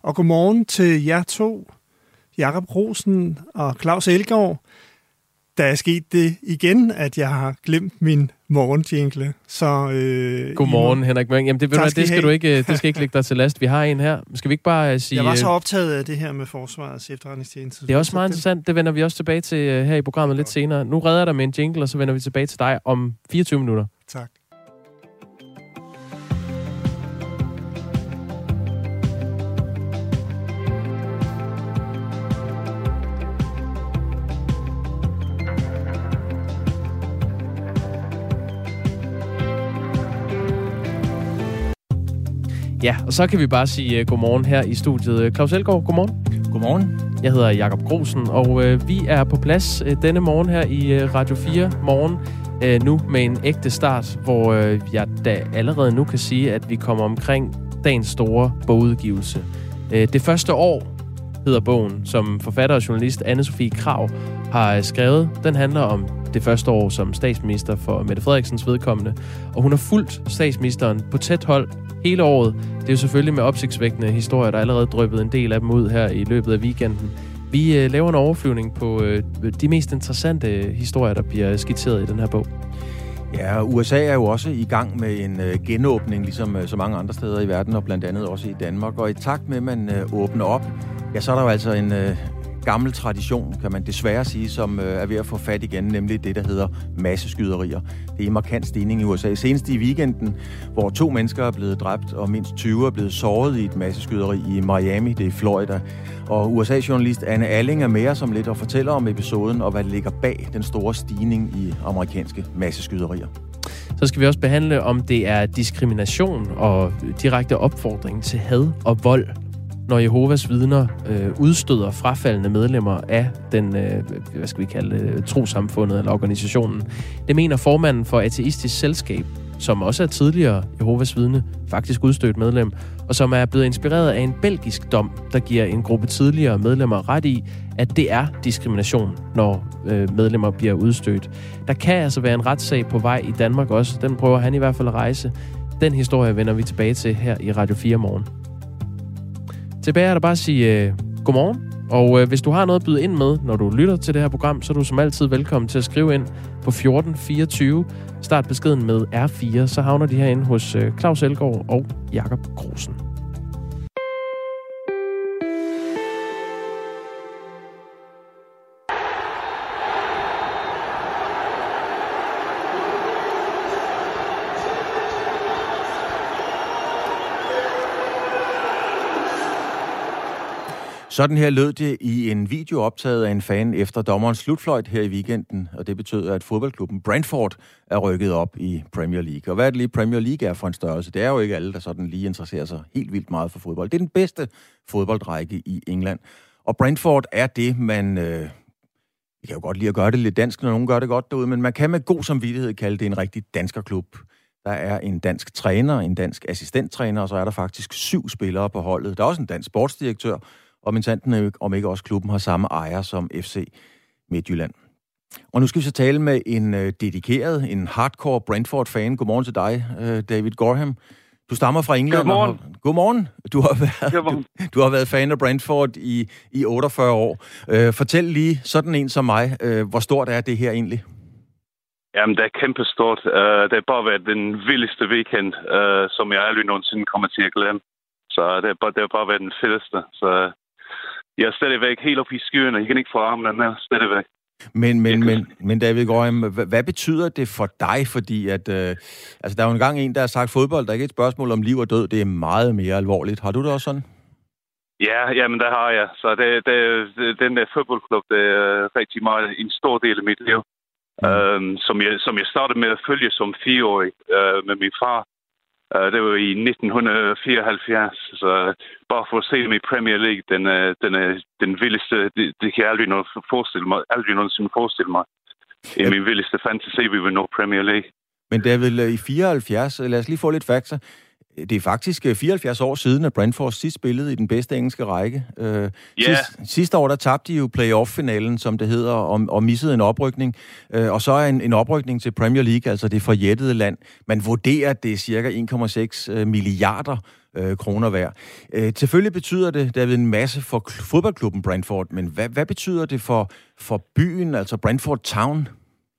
Og godmorgen til jer to, Jakob Grosen og Claus Elgaard. Der er sket det igen, at jeg har glemt min morgenjingle. Så godmorgen, Henrik Mørk. Jamen, det skal ikke lægge dig til last. Vi har en her. Skal vi ikke bare sige... Jeg var så optaget af det her med Forsvarets efterretningstjeneste. Det er også meget interessant. Det vender vi også tilbage til her i programmet lidt senere. Nu redder jeg dig med en jingle, og så vender vi tilbage til dig om 24 minutter. Tak. Ja, og så kan vi bare sige godmorgen her i studiet. Claus Elgaard, godmorgen. Godmorgen. Jeg hedder Jakob Grosen, og vi er på plads denne morgen her i Radio 4 morgen. Nu med en ægte start, hvor jeg da allerede nu kan sige, at vi kommer omkring dagens store bogudgivelse. Det første år hedder bogen, som forfatter og journalist Anne-Sophie Krag har skrevet. Den handler om det første år som statsminister for Mette Frederiksens vedkommende. Og hun har fulgt statsministeren på tæt hold hele året. Det er jo selvfølgelig med opsigtsvækkende historier, der allerede dryppet en del af dem ud her i løbet af weekenden. Vi laver en overflyvning på de mest interessante historier, der bliver skitseret i den her bog. Ja, USA er jo også i gang med en genåbning, ligesom så mange andre steder i verden, og blandt andet også i Danmark. Og i takt med, at man åbner op, ja, så er der jo altså en gammel tradition, kan man desværre sige, som er ved at få fat igen, nemlig det, der hedder masseskyderier. Det er en markant stigning i USA. Senest i weekenden, hvor 2 mennesker er blevet dræbt, og mindst 20 er blevet såret i et masseskyderi i Miami, det er Florida. Og USA-journalist Anne Alling er med os om lidt og fortæller om episoden, og hvad der ligger bag den store stigning i amerikanske masseskyderier. Så skal vi også behandle, om det er diskrimination og direkte opfordring til had og vold, når Jehovas vidner udstøder frafaldende medlemmer af den, hvad skal vi kalde det, trossamfundet eller organisationen. Det mener formanden for Ateistisk Selskab, som også er tidligere Jehovas vidne, faktisk udstødt medlem, og som er blevet inspireret af en belgisk dom, der giver en gruppe tidligere medlemmer ret i, at det er diskrimination, når medlemmer bliver udstødt. Der kan altså være en retssag på vej i Danmark også. Den prøver han i hvert fald at rejse. Den historie vender vi tilbage til her i Radio 4 morgen. Tilbage er der bare at sige godmorgen, og hvis du har noget at byde ind med, når du lytter til det her program, så er du som altid velkommen til at skrive ind på 1424. Start beskeden med R4, så havner de herinde hos Claus Elgaard og Jakob Grosen. Sådan her lød det i en video optaget af en fan efter dommerens slutfløjt her i weekenden, og det betyder, at fodboldklubben Brentford er rykket op i Premier League. Og hvad er det lige Premier League er for en størrelse? Det er jo ikke alle, der sådan lige interesserer sig helt vildt meget for fodbold. Det er den bedste fodboldrække i England. Og Brentford er det, man... Vi kan jo godt lide at gøre det lidt dansk, når nogen gør det godt derude, men man kan med god samvittighed kalde det en rigtig danskerklub. Der er en dansk træner, en dansk assistenttræner, og så er der faktisk 7 spillere på holdet. Der er også en dansk sportsdirektør, og minsandten om ikke også klubben har samme ejer som FC Midtjylland. Og nu skal vi så tale med en dedikeret, en hardcore Brentford-fan. Godmorgen til dig, David Gorham. Du stammer fra England. Godmorgen. Godmorgen. Du har været fan af Brentford i 48 år. Fortæl lige, sådan en som mig, hvor stort er det her egentlig? Jamen, det er kæmpestort. Det har bare været den vildeste weekend, som jeg aldrig nogensinde kommer til at glemme. Så det har bare været den fedeste. Så jeg er stadigvæk helt oppe i skyerne. Jeg kan ikke få armene med stadigvæk. Men David Gorham, hvad betyder det for dig? Fordi at, der er jo engang en, der har sagt, fodbold, der er ikke et spørgsmål om liv og død. Det er meget mere alvorligt. Har du det også sådan? Ja, men det har jeg. Så den der fodboldklub, det er rigtig meget en stor del af mit liv. Som jeg startede med at følge som 4-årig med min far. Det var i 1974, så bare for at se dem i Premier League, den vildeste, det kan jeg aldrig nogensinde forestille mig. I min vildeste fantasi, vi vil nå Premier League. Men David, i 74, lad os lige få lidt fakta. Det er faktisk 74 år siden, at Brentford sidst spillede i den bedste engelske række. Sidste år, der tabte de jo playoff-finalen, som det hedder, og missede en oprykning. Og så er en oprykning til Premier League, altså det forjættede land. Man vurderer, at det er cirka 1,6 milliarder kroner værd. Selvfølgelig betyder det, David, en masse for fodboldklubben Brentford, men hvad betyder det for byen, altså Brentford Town?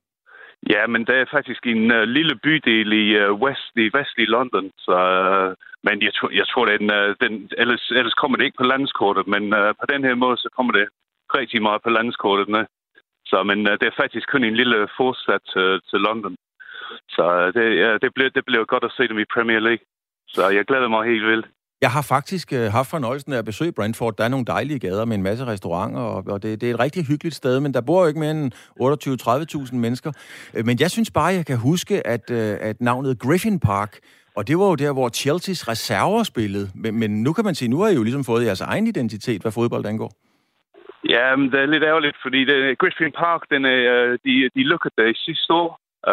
Ja, men det er faktisk en lille bydel i vestlige London, så men jeg tror det er ellers kommer det ikke på landskortet, men på den her måde så kommer det rigtig meget på landskortet. Så men det er faktisk kun en lille forsat til London. Så det bliver godt at se dem i Premier League. Så jeg glæder mig helt vildt. Jeg har faktisk haft fornøjelsen af at besøge Brentford. Der er nogle dejlige gader med en masse restauranter, og det er et rigtig hyggeligt sted, men der bor jo ikke mere end 28-30.000 mennesker. Men jeg synes bare, jeg kan huske, at navnet Griffin Park, og det var jo der, hvor Chelseas reserver spillede. Men nu kan man sige, nu har I jo ligesom fået jeres egen identitet, hvad fodbold angår. Ja, men det er lidt ærgerligt, fordi Griffin Park, de lukkede det sidste år,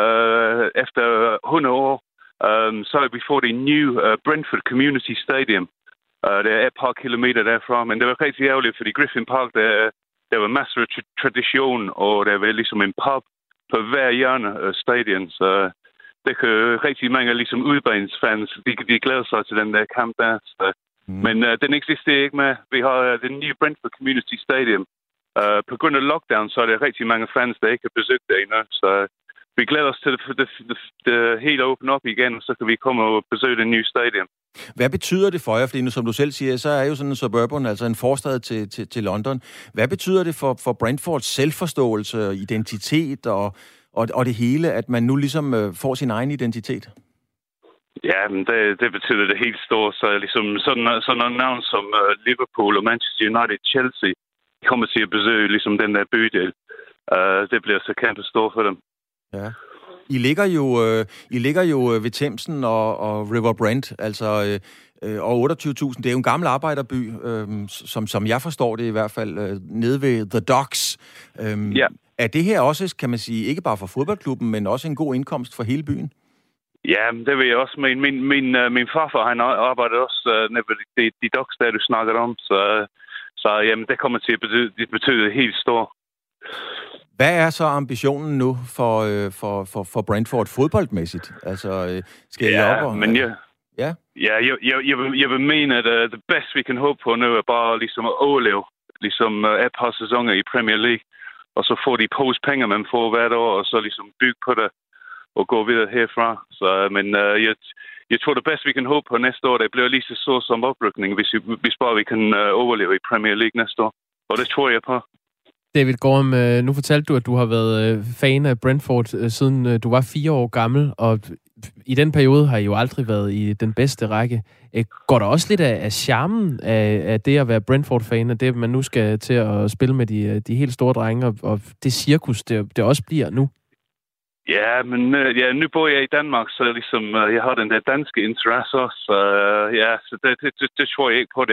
efter 100 år. Så vi får det new Brentford Community Stadium. Det er et par kilometer derfra, men det var rigtig ærgerligt, fordi Griffin Park, der var masser af tradition, og der var ligesom en pub på hver hjørne af stadion, så det kan rigtig mange ligesom udbanesfans, de glæder sig til den der kamp der. Så. Men den eksisterer ikke med. Vi har den nye Brentford Community Stadium. På grund af lockdown, så er der rigtig mange fans, der ikke har besøgt det endnu, så vi glæder os til det helt åbne op igen, så kan vi komme og besøge det nye stadion. Hvad betyder det for jer? Fordi nu, som du selv siger, så er jo sådan en suburban, altså en forstad til London. Hvad betyder det for Brentfords selvforståelse og identitet og det hele, at man nu ligesom får sin egen identitet? Ja, men det betyder det helt stort. Så ligesom sådan nogle navn som Liverpool og Manchester United, Chelsea kommer til at besøge ligesom den der bydel. Det bliver så kæmpe stort for dem. Ja. I ligger jo ved Themsen og River Brent, altså og 28.000. Det er jo en gammel arbejderby, som jeg forstår det i hvert fald, nede ved The Docks. Ja. Er det her også, kan man sige, ikke bare for fodboldklubben, men også en god indkomst for hele byen? Ja, det vil jeg også. Min farfar, han arbejder også ved de Docks, der du snakker om, så jamen, det kommer til at betyde helt stort. Hvad er så ambitionen nu for Brentford fodboldmæssigt? Altså, skal I op og... Men jeg vil mene, at det bedste, vi kan håbe på nu, er bare ligesom at overleve ligesom et par sæsoner i Premier League, og så får de penge, man får hvert år, og så ligesom bygge på det og gå videre herfra. Så, men jeg tror, det bedste, vi kan håbe på næste år, det bliver lige så stor som oprykning, hvis bare vi kan overleve i Premier League næste år. Og det tror jeg på. David Gorm, nu fortalte du, at du har været fan af Brentford, siden du var 4 år gammel, og i den periode har I jo aldrig været i den bedste række. Går der også lidt af charmen af det at være Brentford-fan, af det, man nu skal til at spille med de helt store drenge, og det cirkus, det også bliver nu? Ja, men nu bor jeg i Danmark, så ligesom, jeg har den der danske interesse også, så det tror jeg ikke på.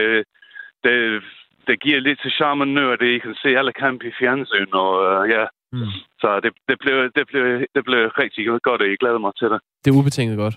Det giver lidt til charmen nu, at I kan se alle kampe i fjernsyn, og så det blev rigtig godt, og jeg glæder mig til det. Det er ubetinget godt.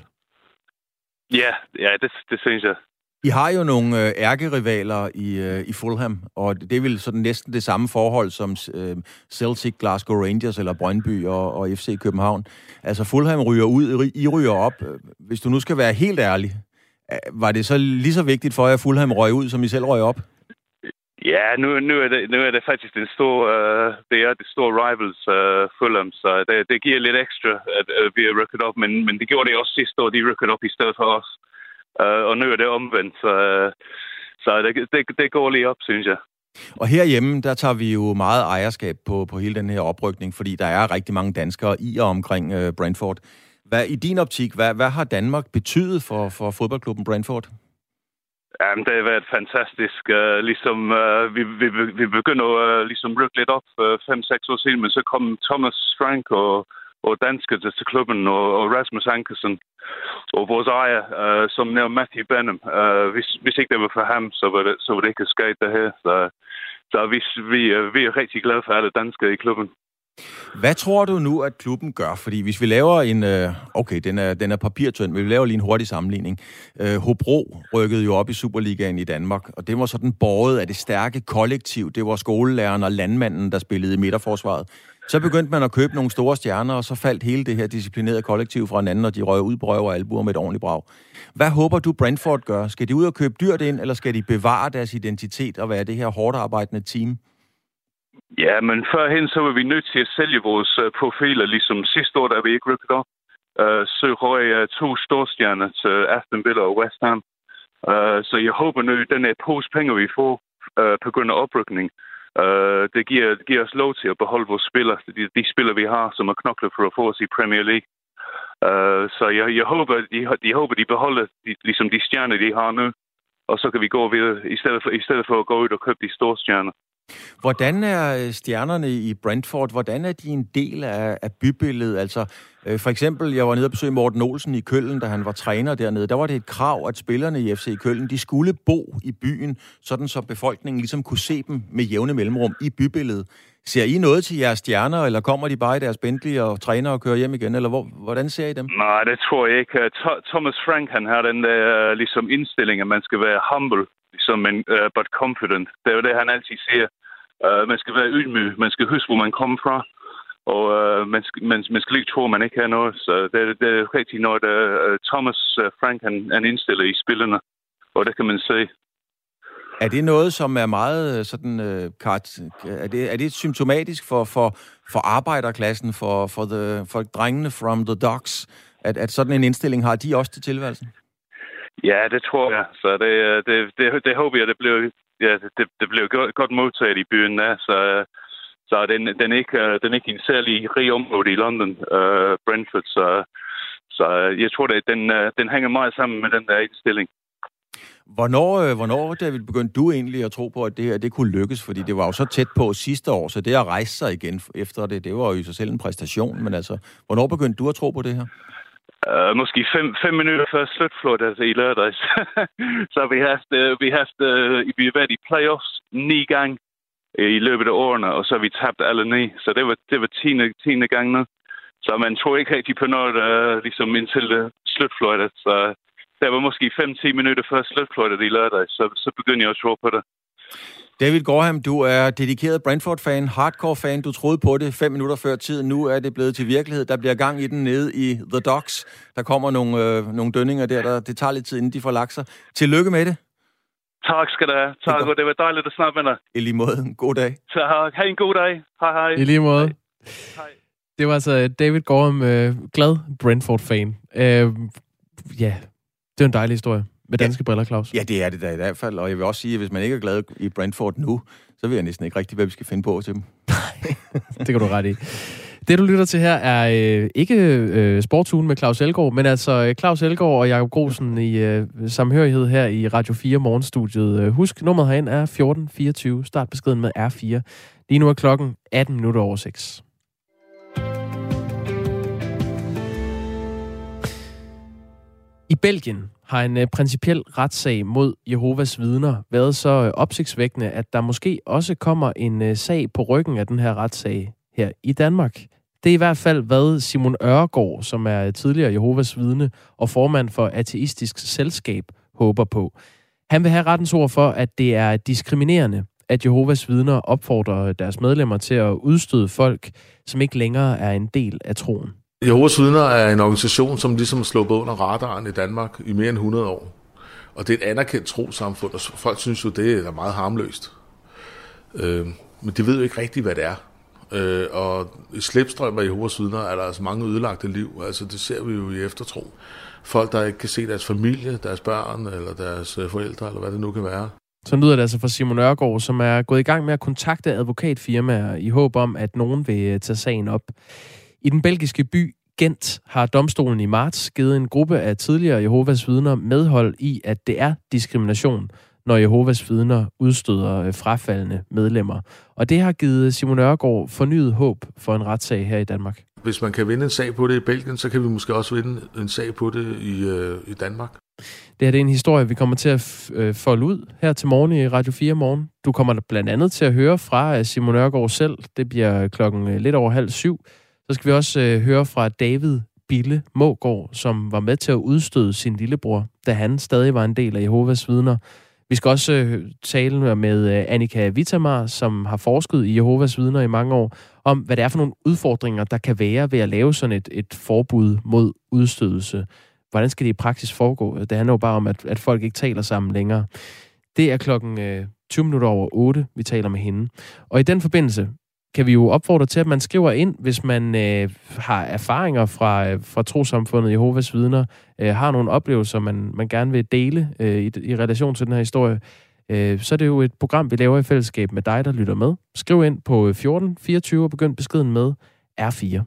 Ja, det synes jeg. I har jo nogle ærkerivaler i Fulham, og det er vel sådan næsten det samme forhold som Celtic, Glasgow Rangers eller Brøndby og FC København. Altså Fulham ryger ud, I ryger op. Hvis du nu skal være helt ærlig, var det så lige så vigtigt for jer, at Fulham røg ud, som I selv røg op? Ja, nu er det faktisk det er det store rivals Fulham, så det giver lidt ekstra, at vi er rykket op, men det gjorde det også sidste år, de rykkede op i stedet for os. Og nu er det omvendt, så det går lige op, synes jeg. Og herhjemme, der tager vi jo meget ejerskab på hele den her oprykning, fordi der er rigtig mange danskere i og omkring Brentford. I din optik, hvad har Danmark betydet for fodboldklubben Brentford? Jamen, det har været fantastisk. Vi begynder at ligesom rykke lidt op 5-6 år siden, men så kom Thomas Frank og dansker til klubben, og Rasmus Ankersen, og vores ejer, som nævner Matthew Benham. Hvis ikke det var for ham, så var det ikke sket det her. Så vi er rigtig glade for alle danskere i klubben. Hvad tror du nu, at klubben gør? Fordi hvis vi laver en... Okay, den er papirtynd, men vi laver lige en hurtig sammenligning. Hobro rykkede jo op i Superligaen i Danmark, og det var sådan båret af det stærke kollektiv. Det var skolelæreren og landmanden, der spillede i midterforsvaret. Så begyndte man at købe nogle store stjerner, og så faldt hele det her disciplinerede kollektiv fra hinanden, og de røg ud på røv og albuer med et ordentligt brag. Hvad håber du, Brentford gør? Skal de ud og købe dyrt ind, eller skal de bevare deres identitet og være det her hårdt arbejdende team? Ja, men førhen så var vi nødt til at sælge vores profiler, ligesom sidste år, da vi ikke rykket op. Så røg 2 storstjerner til Aston Villa og West Ham. Så jeg håber nu, at den pose penge, vi får på grund af oprykning, det giver os lov til at beholde vores spillere, de spillere, vi har, som er knoklet for at få os i Premier League. Så jeg håber, de beholder ligesom de stjerner, de har nu, og så kan vi gå videre, i stedet for at gå ud og købe de store stjerner. Hvordan er stjernerne i Brentford, hvordan er de en del af bybilledet? Altså, for eksempel, jeg var nede og besøge Morten Olsen i Køln, da han var træner dernede. Der var det et krav, at spillerne i FC Køln, de skulle bo i byen, sådan så befolkningen ligesom kunne se dem med jævne mellemrum i bybilledet. Ser I noget til jeres stjerner, eller kommer de bare i deres Bentley og træner og kører hjem igen? Eller hvordan ser I dem? Nej, det tror jeg ikke. Thomas Frank, han har den der ligesom indstilling, at man skal være humble, ligesom, but confident. Det er jo det, han altid siger. Man skal være ydmyg. Man skal huske, hvor man kommer fra. Og man skal ikke tro, at man ikke har noget. Så det er rigtig noget, Thomas Frank, han indstiller i spillerne. Og det kan man se. Er det noget, som er meget sådan... Er det symptomatisk for arbejderklassen, for drengene from the docks, at sådan en indstilling har de også til tilværelsen? Ja, det tror jeg. Så det håber jeg, det blev godt modtaget i byen. Så den er ikke en særlig rig område i London, Brentford. Så jeg tror, at den hænger meget sammen med den der indstilling. Hvornår, David, begyndte du egentlig at tro på, at det her det kunne lykkes? Fordi det var jo så tæt på sidste år, så det at rejse sig igen efter det var jo i sig selv en præstation. Men altså, hvornår begyndte du at tro på det her? Måske 5 minutter før slutflot, altså i lørdags. Så vi har været i playoffs 9 gange i løbet af årene, og så har vi tabt alle 9. Så det var 10. gang nu. Så man tror ikke rigtig på noget, ligesom indtil slutfløjtet. Så der var måske 5-10 minutter før slutfløjtet i lørdags, så begyndte jeg at tro på det. David Gorham, du er dedikeret Brentford-fan, hardcore-fan. Du troede på det 5 minutter før tid. Nu er det blevet til virkelighed. Der bliver gang i den nede i The Docks. Der kommer nogle dønninger der. Det tager lidt tid, inden de får lagt sig. Tillykke med det. Tak skal du have. Tak, og det var dejligt at snakke med dig. I lige måde. En god dag. Tak. Ha' en god dag. Hej, hej. I lige måde. Hej. Det var altså David Gorham, glad Brentford-fan. Ja, det er en dejlig historie. Med danske briller, Claus. Ja, det er det da i hvert fald. Og jeg vil også sige, at hvis man ikke er glad i Brentford nu, så ved jeg næsten ikke rigtigt, hvad vi skal finde på til dem. Nej, det kan du ret i. Det, du lytter til her, er ikke sportsugen med Claus Elgaard, men altså Claus Elgaard og Jakob Grosen i samhørighed her i Radio 4 Morgenstudiet. Husk, nummeret herind er 1424. Start beskeden med R4. Lige nu er klokken 6:18. I Belgien har en principiel retssag mod Jehovas vidner været så opsigtsvækkende, at der måske også kommer en sag på ryggen af den her retssag her i Danmark. Det er i hvert fald, hvad Simon Øregaard, som er tidligere Jehovas vidne og formand for Ateistisk Selskab, håber på. Han vil have rettens ord for, at det er diskriminerende, at Jehovas vidner opfordrer deres medlemmer til at udstøde folk, som ikke længere er en del af troen. Jehovas vidner er en organisation, som ligesom er sluppet under radaren i Danmark i mere end 100 år. Og det er et anerkendt trossamfund, og folk synes jo, det er meget harmløst. Men de ved jo ikke rigtigt, hvad det er. Og i slipstrøm af Jehovas vidner er der altså mange ødelagte liv. Altså det ser vi jo i eftertro. Folk, der ikke kan se deres familie, deres børn eller deres forældre, eller hvad det nu kan være. Så lyder det altså fra Simon Øregaard, som er gået i gang med at kontakte advokatfirmaer i håb om, at nogen vil tage sagen op. I den belgiske by Gent har domstolen i marts givet en gruppe af tidligere Jehovas vidner medhold i, at det er diskrimination, når Jehovas vidner udstøder frafaldne medlemmer. Og det har givet Simon Øregaard fornyet håb for en retssag her i Danmark. Hvis man kan vinde en sag på det i Belgien, så kan vi måske også vinde en sag på det i Danmark. Det her det er en historie, vi kommer til at folde ud her til morgen i Radio 4 Morgen. Du kommer blandt andet til at høre fra Simon Nørgaard selv. Det bliver klokken lidt over 6:30. Så skal vi også høre fra David Bille Mågaard, som var med til at udstøde sin lillebror, da han stadig var en del af Jehovas vidner. Vi skal også tale med Annika Vitamar, som har forsket i Jehovas vidner i mange år, om hvad det er for nogle udfordringer, der kan være ved at lave sådan et forbud mod udstødelse. Hvordan skal det i praksis foregå? Det handler jo bare om, at folk ikke taler sammen længere. Det er klokken 7:20, vi taler med hende. Og i den forbindelse kan vi jo opfordre til, at man skriver ind, hvis man har erfaringer fra trossamfundet Jehovas vidner, har nogle oplevelser, man gerne vil dele i relation til den her historie. Så er det jo et program, vi laver i fællesskab med dig, der lytter med. Skriv ind på 1424 og begynd beskeden med R4.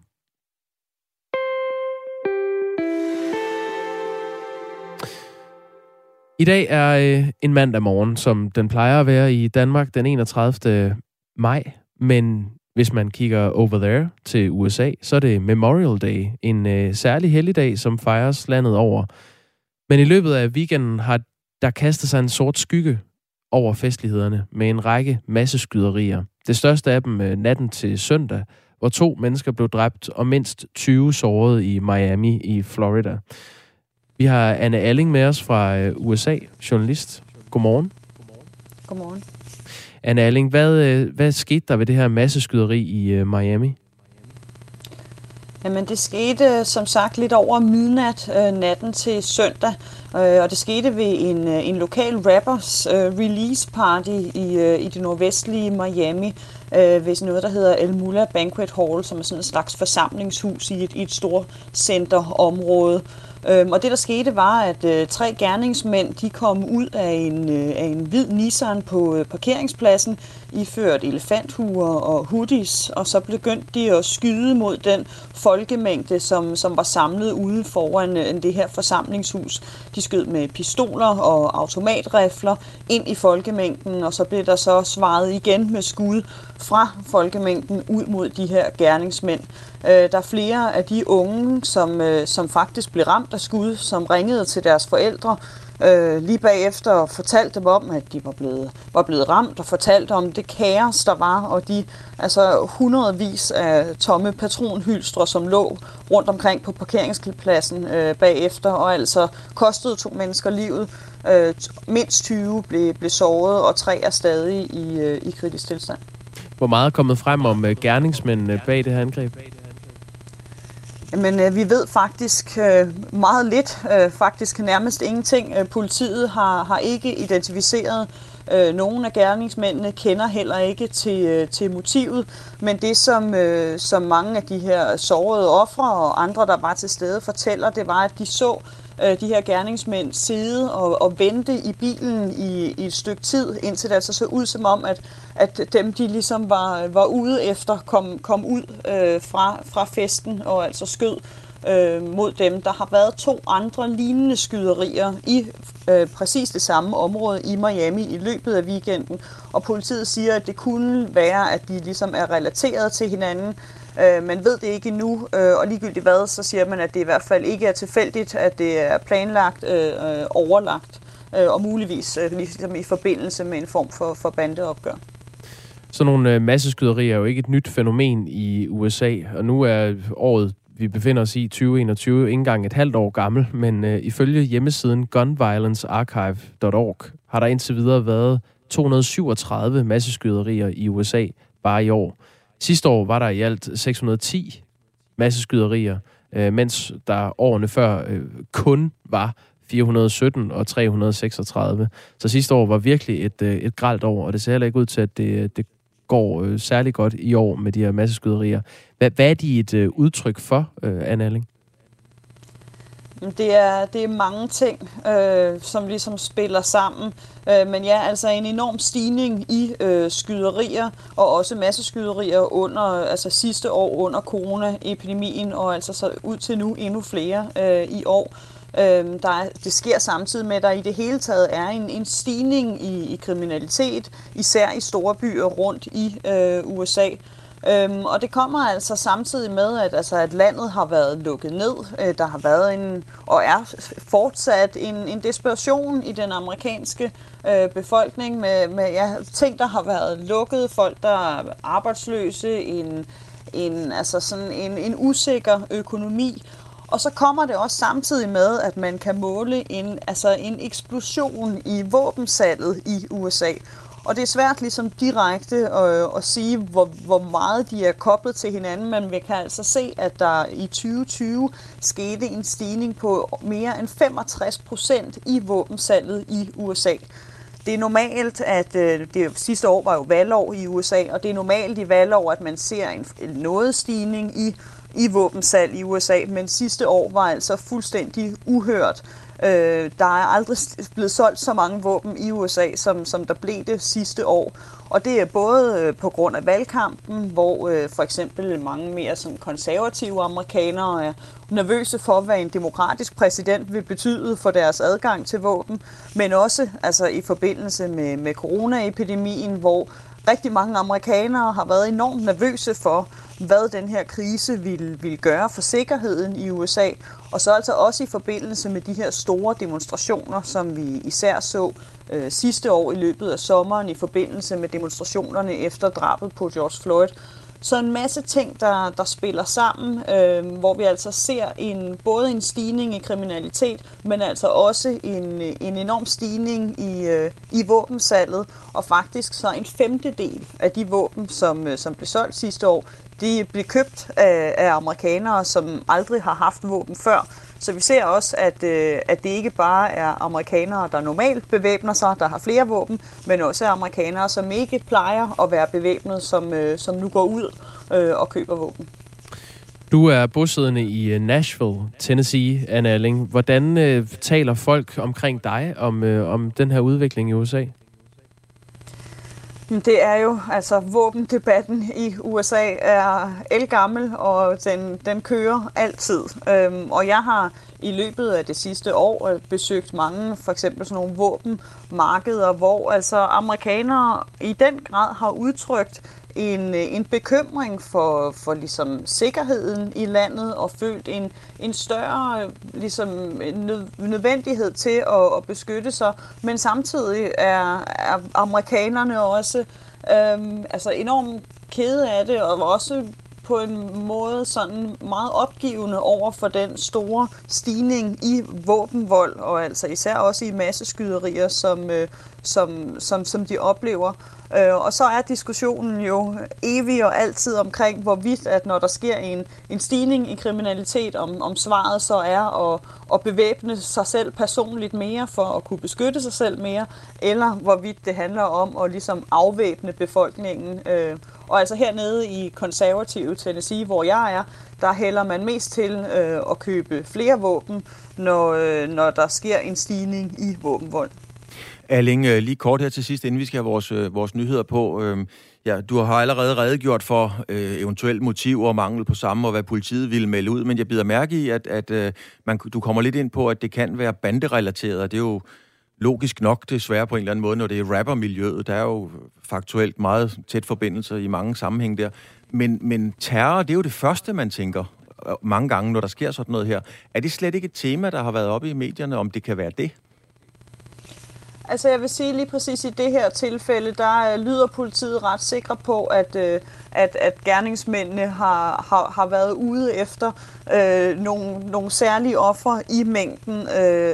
I dag er en mandag morgen, som den plejer at være i Danmark den 31. maj. Men hvis man kigger over there til USA, så er det Memorial Day, en særlig helligdag, som fejres landet over. Men i løbet af weekenden har der kastet sig en sort skygge over festlighederne med en række masseskyderier. Det største af dem natten til søndag, hvor 2 mennesker blev dræbt og mindst 20 såret i Miami i Florida. Vi har Anne Alling med os fra USA, journalist. Godmorgen. Godmorgen. Anne Alling, hvad skete der ved det her masseskyderi i Miami? Jamen, det skete som sagt lidt over midnat natten til søndag, og det skete ved en lokal rappers release party i det nordvestlige Miami, ved noget, der hedder El Mula Banquet Hall, som er sådan en slags forsamlingshus i et stort centerområde. Og det, der skete, var, at 3 gerningsmænd de kom ud af en hvid Nissan på parkeringspladsen, iført elefanthuer og hoodies, og så begyndte de at skyde mod den folkemængde, som var samlet ude foran det her forsamlingshus. De skød med pistoler og automatrifler ind i folkemængden, og så blev der så svaret igen med skud fra folkemængden ud mod de her gerningsmænd. Der er flere af de unge, som faktisk blev ramt af skud, som ringede til deres forældre lige bagefter og fortalte dem om, at de var blevet ramt, og fortalte om det kaos, der var, og de hundredvis af tomme patronhylstre, som lå rundt omkring på parkeringspladsen bagefter, og altså kostede 2 mennesker livet. Mindst 20 blev såret, og 3 er stadig i kritisk tilstand. Hvor meget er kommet frem om gerningsmændene bag det her angreb? Men vi ved faktisk meget lidt, faktisk nærmest ingenting. Politiet har ikke identificeret nogen af gerningsmændene, kender heller ikke til motivet, men det som mange af de her sårede ofre og andre, der var til stede, fortæller, det var, at de så de her gerningsmænd sidde og vente i bilen i et stykke tid, indtil det altså så ud som om, at dem, de ligesom var ude efter, kom ud fra festen og altså skød mod dem. Der har været 2 andre lignende skyderier i præcis det samme område i Miami i løbet af weekenden, og politiet siger, at det kunne være, at de ligesom er relateret til hinanden. Man ved det ikke endnu, og ligegyldigt hvad, så siger man, at det i hvert fald ikke er tilfældigt, at det er planlagt, overlagt, og muligvis ligesom i forbindelse med en form for bandeopgør. Så nogle masseskyderier er jo ikke et nyt fænomen i USA, og nu er året, vi befinder os i 2021, ikke engang et halvt år gammel, men ifølge hjemmesiden gunviolencearchive.org har der indtil videre været 237 masseskyderier i USA bare i år. Sidste år var der i alt 610 masseskyderier, mens der årene før kun var 417 og 336. Så sidste år var virkelig et grelt år, og det ser heller ikke ud til, at det går særlig godt i år med de her masseskyderier. Hvad er de et udtryk for, Anne Alling? Det er mange ting, som ligesom spiller sammen. Men ja, altså en enorm stigning i skyderier, og også masseskyderier altså sidste år under coronaepidemien, og altså så ud til nu endnu flere i år. Det sker samtidig med, at der i det hele taget er en stigning i kriminalitet, især i store byer rundt i USA. Og det kommer altså samtidig med, at landet har været lukket ned. Der har været og er fortsat en desperation i den amerikanske befolkning med ting, der har været lukket, folk, der er arbejdsløse, en usikker økonomi. Og så kommer det også samtidig med, at man kan måle en eksplosion i våbensalget i USA. Og det er svært ligesom direkte at sige, hvor meget de er koblet til hinanden, men vi kan altså se, at der i 2020 skete en stigning på mere end 65% i våbensalget i USA. Det er normalt, at det sidste år var jo valgår i USA, og det er normalt i valgår, at man ser en noget stigning i våbensalg i USA, men sidste år var altså fuldstændig uhørt. Der er aldrig blevet solgt så mange våben i USA, som der blev det sidste år. Og det er både på grund af valgkampen, hvor for eksempel mange mere sådan konservative amerikanere er nervøse for, hvad en demokratisk præsident vil betyde for deres adgang til våben, men også i forbindelse med coronaepidemien, hvor rigtig mange amerikanere har været enormt nervøse for, hvad den her krise ville gøre for sikkerheden i USA, og så altså også i forbindelse med de her store demonstrationer, som vi især så sidste år i løbet af sommeren i forbindelse med demonstrationerne efter drabet på George Floyd. Så en masse ting, der spiller sammen, hvor vi altså ser både en stigning i kriminalitet, men altså også en enorm stigning i våbensalget, og faktisk så en femtedel af de våben, som blev solgt sidste år, de blev købt af amerikanere, som aldrig har haft våben før. Så vi ser også, at det ikke bare er amerikanere, der normalt bevæbner sig, der har flere våben, men også amerikanere, som ikke plejer at være bevæbnet, som nu går ud og køber våben. Du er bosiddende i Nashville, Tennessee, Anne Alling. Hvordan taler folk omkring dig om den her udvikling i USA? Det er jo, våbendebatten i USA er ældgammel, og den kører altid. Og jeg har i løbet af det sidste år besøgt mange, for eksempel sådan nogle våbenmarkeder, hvor amerikanere i den grad har udtrykt en bekymring for ligesom sikkerheden i landet, og følt en større ligesom nødvendighed til at beskytte sig, men samtidig er amerikanerne også enormt kede af det, og også på en måde sådan meget opgivende over for den store stigning i våbenvold, og især også i masseskyderier, som de oplever. Og så er diskussionen jo evig og altid omkring, hvorvidt at når der sker en stigning i kriminalitet, om svaret så er at bevæbne sig selv personligt mere for at kunne beskytte sig selv mere, eller hvorvidt det handler om at ligesom afvæbne befolkningen. Og hernede i konservative Tennessee, hvor jeg er, der hælder man mest til at købe flere våben, når der sker en stigning i våbenvold. Alling, lige kort her til sidst, inden vi skal have vores nyheder på. Du har allerede redegjort for eventuelt motiver og mangel på samme, og hvad politiet ville melde ud, men jeg bider mærke i, at du kommer lidt ind på, at det kan være banderelateret, og det er jo logisk nok desværre på en eller anden måde, når det er rappermiljøet. Der er jo faktuelt meget tæt forbindelse i mange sammenhæng der. Men terror, det er jo det første, man tænker mange gange, når der sker sådan noget her. Er det slet ikke et tema, der har været oppe i medierne, om det kan være det? Jeg vil sige lige præcis i det her tilfælde, der lyder politiet ret sikre på, at gerningsmændene har været ude efter nogle særlige ofre i mængden,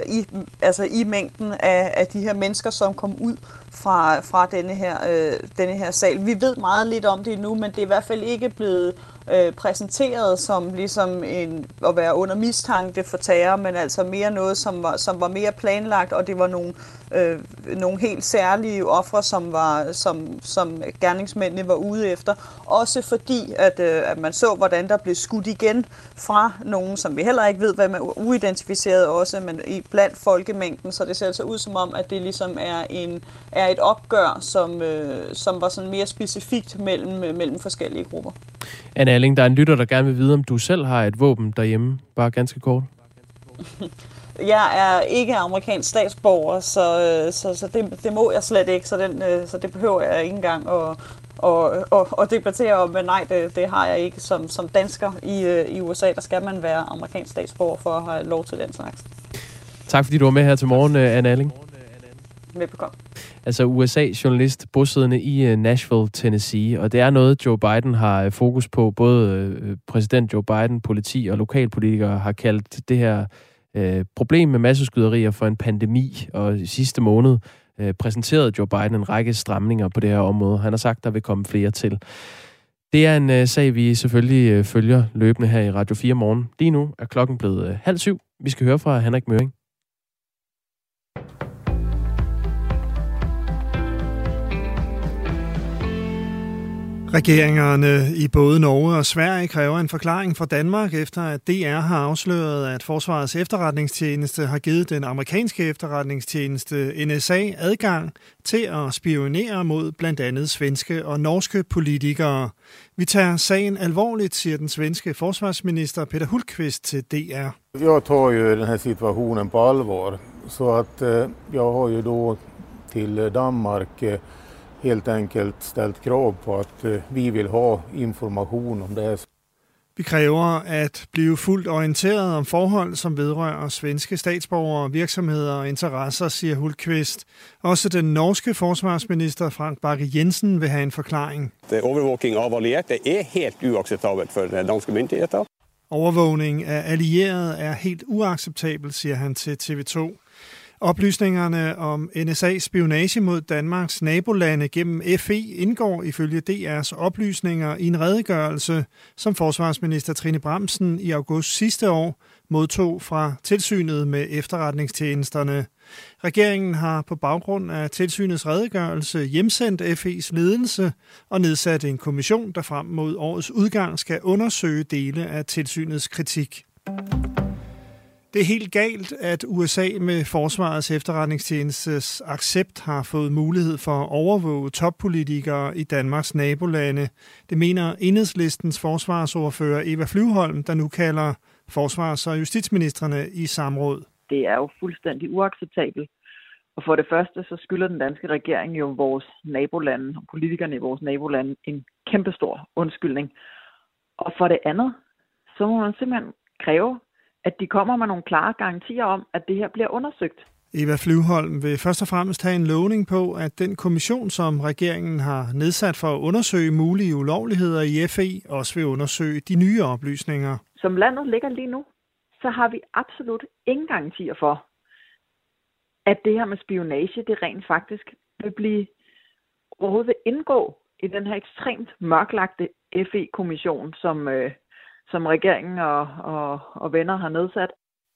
i mængden af de her mennesker, som kom ud fra denne her sal. Vi ved meget lidt om det nu, men det er i hvert fald ikke blevet præsenteret som ligesom at være under mistanke for terror, men mere noget, som var mere planlagt, og det var nogle helt særlige ofre, som gerningsmændene var ude efter. Også fordi, at man så, hvordan der blev skudt igen fra nogen, som vi heller ikke ved, hvad man uidentificeret også, men blandt folkemængden, så det ser altså ud som om, at det ligesom er et opgør, som var sådan mere specifikt mellem forskellige grupper. Anne Alling, der er en lytter, der gerne vil vide, om du selv har et våben derhjemme. Bare ganske kort. Jeg er ikke amerikansk statsborger, så det må jeg slet ikke, så det behøver jeg ikke engang at debattere om, men nej, det har jeg ikke. Som dansker i USA, der skal man være amerikansk statsborger for at have lov til den slags. Tak fordi du var med her til morgen, Anne Alling. Velbekomme. Altså USA-journalist bosiddende i Nashville, Tennessee, og det er noget, Joe Biden har fokus på. Både præsident Joe Biden, politi og lokalpolitikere har kaldt det her problem med masseskyderier for en pandemi, og i sidste måned præsenterede Joe Biden en række stramninger på det her område. Han har sagt, at der vil komme flere til. Det er en sag, vi selvfølgelig følger løbende her i Radio 4 morgen. Lige nu er klokken blevet 6:30. Vi skal høre fra Henrik Møring. Regeringerne i både Norge og Sverige kræver en forklaring fra Danmark, efter at DR har afsløret, at Forsvarets efterretningstjeneste har givet den amerikanske efterretningstjeneste NSA adgang til at spionere mod blandt andet svenske og norske politikere. Vi tager sagen alvorligt, siger den svenske forsvarsminister Peter Hultqvist til DR. Jag tar ju den här situationen på allvar, så att jag har ju då till Danmark helt enkelt ställt krav på at vi vil have information om det her. Vi kræver at blive fuldt orienteret om forhold, som vedrører svenske statsborgere, virksomheder og interesser, siger Hultqvist. Også den norske forsvarsminister Frank Bakke-Jensen vil have en forklaring. Overvågning af allierede er helt uacceptabelt for danske myndigheder. Overvågning af allierede er helt uacceptabelt, siger han til TV2. Oplysningerne om NSA's spionage mod Danmarks nabolande gennem FE indgår ifølge DR's oplysninger i en redegørelse, som forsvarsminister Trine Bramsen i august sidste år modtog fra tilsynet med efterretningstjenesterne. Regeringen har på baggrund af tilsynets redegørelse hjemsendt FE's ledelse og nedsat en kommission, der frem mod årets udgang skal undersøge dele af tilsynets kritik. Det er helt galt, at USA med Forsvarets efterretningstjenestes accept har fået mulighed for at overvåge toppolitikere i Danmarks nabolande. Det mener Enhedslistens forsvarsordfører Eva Flyvholm, der nu kalder forsvars- og justitsministrene i samråd. Det er jo fuldstændig uacceptabelt. Og for det første, så skylder den danske regering jo vores nabolande og politikerne i vores nabolande en kæmpestor undskyldning. Og for det andet, så må man simpelthen kræve, at de kommer med nogle klare garantier om, at det her bliver undersøgt. Eva Flyvholm vil først og fremmest have en lovning på, at den kommission, som regeringen har nedsat for at undersøge mulige ulovligheder i FE, også vil undersøge de nye oplysninger. Som landet ligger lige nu, så har vi absolut ingen garantier for, at det her med spionage, det rent faktisk vil blive overhovedet vil indgå i den her ekstremt mørklagte FE-kommission, som regeringen og venner har nedsat.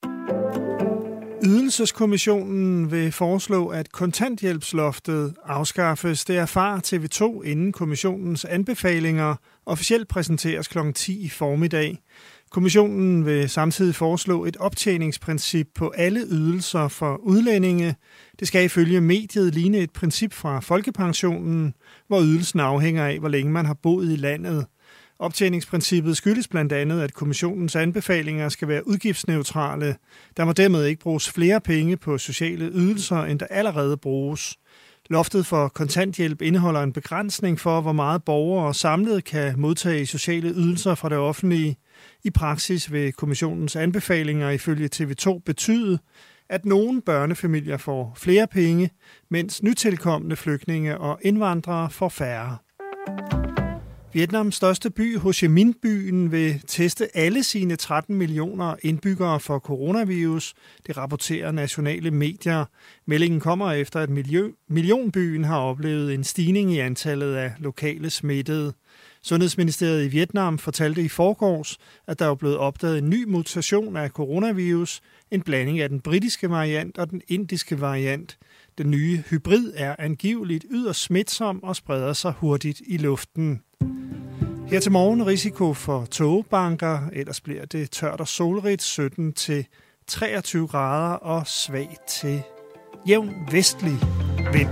Ydelseskommissionen vil foreslå, at kontanthjælpsloftet afskaffes. Det erfarer TV2 inden kommissionens anbefalinger officielt præsenteres kl. 10 i formiddag. Kommissionen vil samtidig foreslå et optjeningsprincip på alle ydelser for udlændinge. Det skal ifølge mediet ligne et princip fra folkepensionen, hvor ydelsen afhænger af, hvor længe man har boet i landet. Optjeningsprincippet skyldes blandt andet, at kommissionens anbefalinger skal være udgiftsneutrale. Der må dermed ikke bruges flere penge på sociale ydelser, end der allerede bruges. Loftet for kontanthjælp indeholder en begrænsning for, hvor meget borgere samlet kan modtage sociale ydelser fra det offentlige. I praksis vil kommissionens anbefalinger ifølge TV2 betyde, at nogle børnefamilier får flere penge, mens nytilkomne flygtninge og indvandrere får færre. Vietnams største by, Ho Chi Minh-byen, vil teste alle sine 13 millioner indbyggere for coronavirus. Det rapporterer nationale medier. Meldingen kommer efter, at millionbyen har oplevet en stigning i antallet af lokale smittede. Sundhedsministeriet i Vietnam fortalte i forgårs, at der er blevet opdaget en ny mutation af coronavirus, en blanding af den britiske variant og den indiske variant. Den nye hybrid er angiveligt yderst smitsom og spreder sig hurtigt i luften. Her til morgen risiko for tågebanker, ellers bliver det tørt og solrigt 17 til 23 grader og svag til jævn vestlig vind.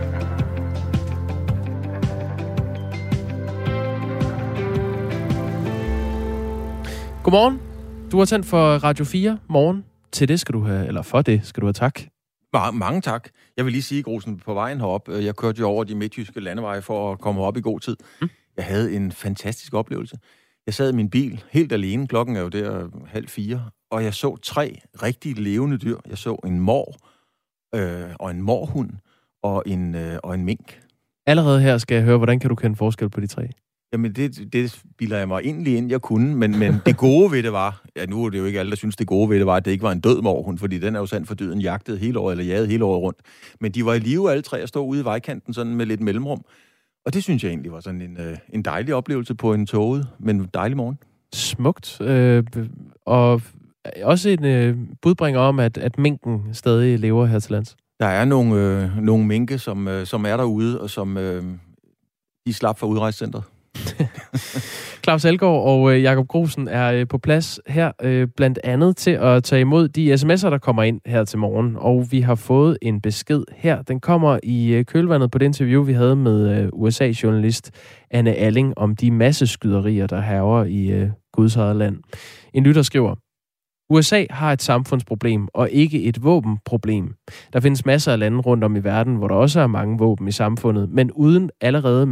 Godmorgen. Du har tændt for Radio 4 morgen til det skal du have, eller for det skal du have tak. Mange tak. Jeg vil lige sige, Grusen, på vejen herop, jeg kørte jo over de midtjyske landeveje for at komme op i god tid. Jeg havde en fantastisk oplevelse. Jeg sad i min bil helt alene, klokken er jo der 3:30, og jeg så 3 rigtig levende dyr. Jeg så en mår, og en mårhund, og en mink. Allerede her skal jeg høre, hvordan kan du kende forskel på de 3? Jamen, det bilder jeg mig egentlig ind, jeg kunne, men det gode ved det var, ja, nu er det jo ikke alle, der synes, det gode ved det var, at det ikke var en død mårhund, fordi den er jo sandt for dyden jagtet hele året, eller jaget hele året rundt. Men de var i live alle 3 og stod ude i vejkanten sådan med lidt mellemrum. Og det synes jeg egentlig var sådan en dejlig oplevelse på en toget, men en dejlig morgen. Smukt. Og også en budbringer om, at minken stadig lever her til lands. Der er nogle minke, som er derude, og som de slap fra udrejsecentret. Claus Elgaard og Jakob Grusen er på plads her, blandt andet til at tage imod de sms'er, der kommer ind her til morgen. Og vi har fået en besked her. Den kommer i kølvandet på det interview, vi havde med USA-journalist Anne Alling om de masseskyderier, der hærger i Guds eget land. En lytter skriver: USA har et samfundsproblem og ikke et våbenproblem. Der findes masser af lande rundt om i verden, hvor der også er mange våben i samfundet, men uden allerede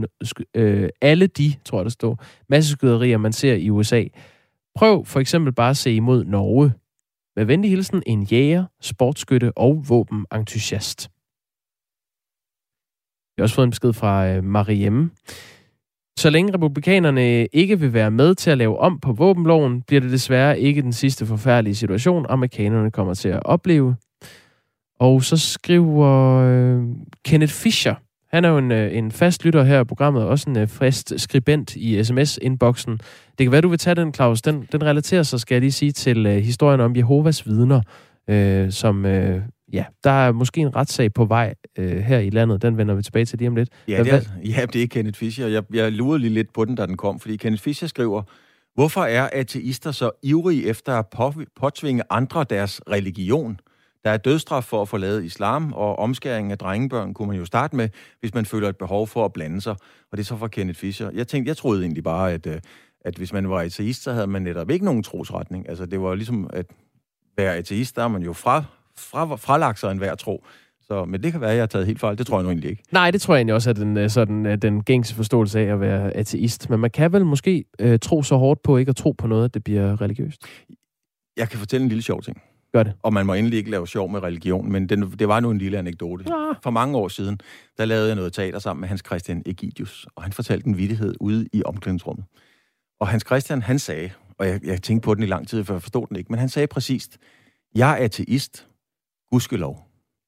masseskyderier, man ser i USA. Prøv for eksempel bare at se imod Norge. Med venlig hilsen en jæger, sportsskytte og våbenentusiast. Vi har også fået en besked fra Mariemme. Så længe republikanerne ikke vil være med til at lave om på våbenloven, bliver det desværre ikke den sidste forfærdelige situation, amerikanerne kommer til at opleve. Og så skriver Kenneth Fischer. Han er jo en fast lytter her i programmet, også en fast skribent i sms-inboxen. Det kan være, du vil tage den, Claus. Den relaterer sig, skal jeg lige sige, til historien om Jehovas vidner, som... der er måske en retssag på vej her i landet. Den vender vi tilbage til lige om lidt. Ja, det er Kenneth Fischer. Jeg lurede lige lidt på den, da den kom, fordi Kenneth Fischer skriver, hvorfor er ateister så ivrige efter at påtvinge andre deres religion? Der er dødsstraf for at forlade islam, og omskæring af drengebørn kunne man jo starte med, hvis man føler et behov for at blande sig. Og det er så fra Kenneth Fischer. Jeg troede egentlig bare, at hvis man var ateist, så havde man netop ikke nogen trosretning. Altså, det var ligesom at være ateist, der er man jo fralagt sig enhver tro. Men det kan være, at jeg har taget helt fejl. Det tror jeg nu egentlig ikke. Nej, det tror jeg egentlig også er den gængse forståelse af at være ateist. Men man kan vel måske tro så hårdt på ikke at tro på noget, at det bliver religiøst. Jeg kan fortælle en lille sjov ting. Gør det. Og man må endelig ikke lave sjov med religion, men det var nu en lille anekdote. Ja. For mange år siden, der lavede jeg noget teater sammen med Hans Christian Ægidius, og han fortalte en vittighed ude i omklædningsrummet. Og Hans Christian, han sagde, og jeg tænkte på den i lang tid, for jeg forstod den ikke, men han sagde præcist, jeg er ateist, gudskelov.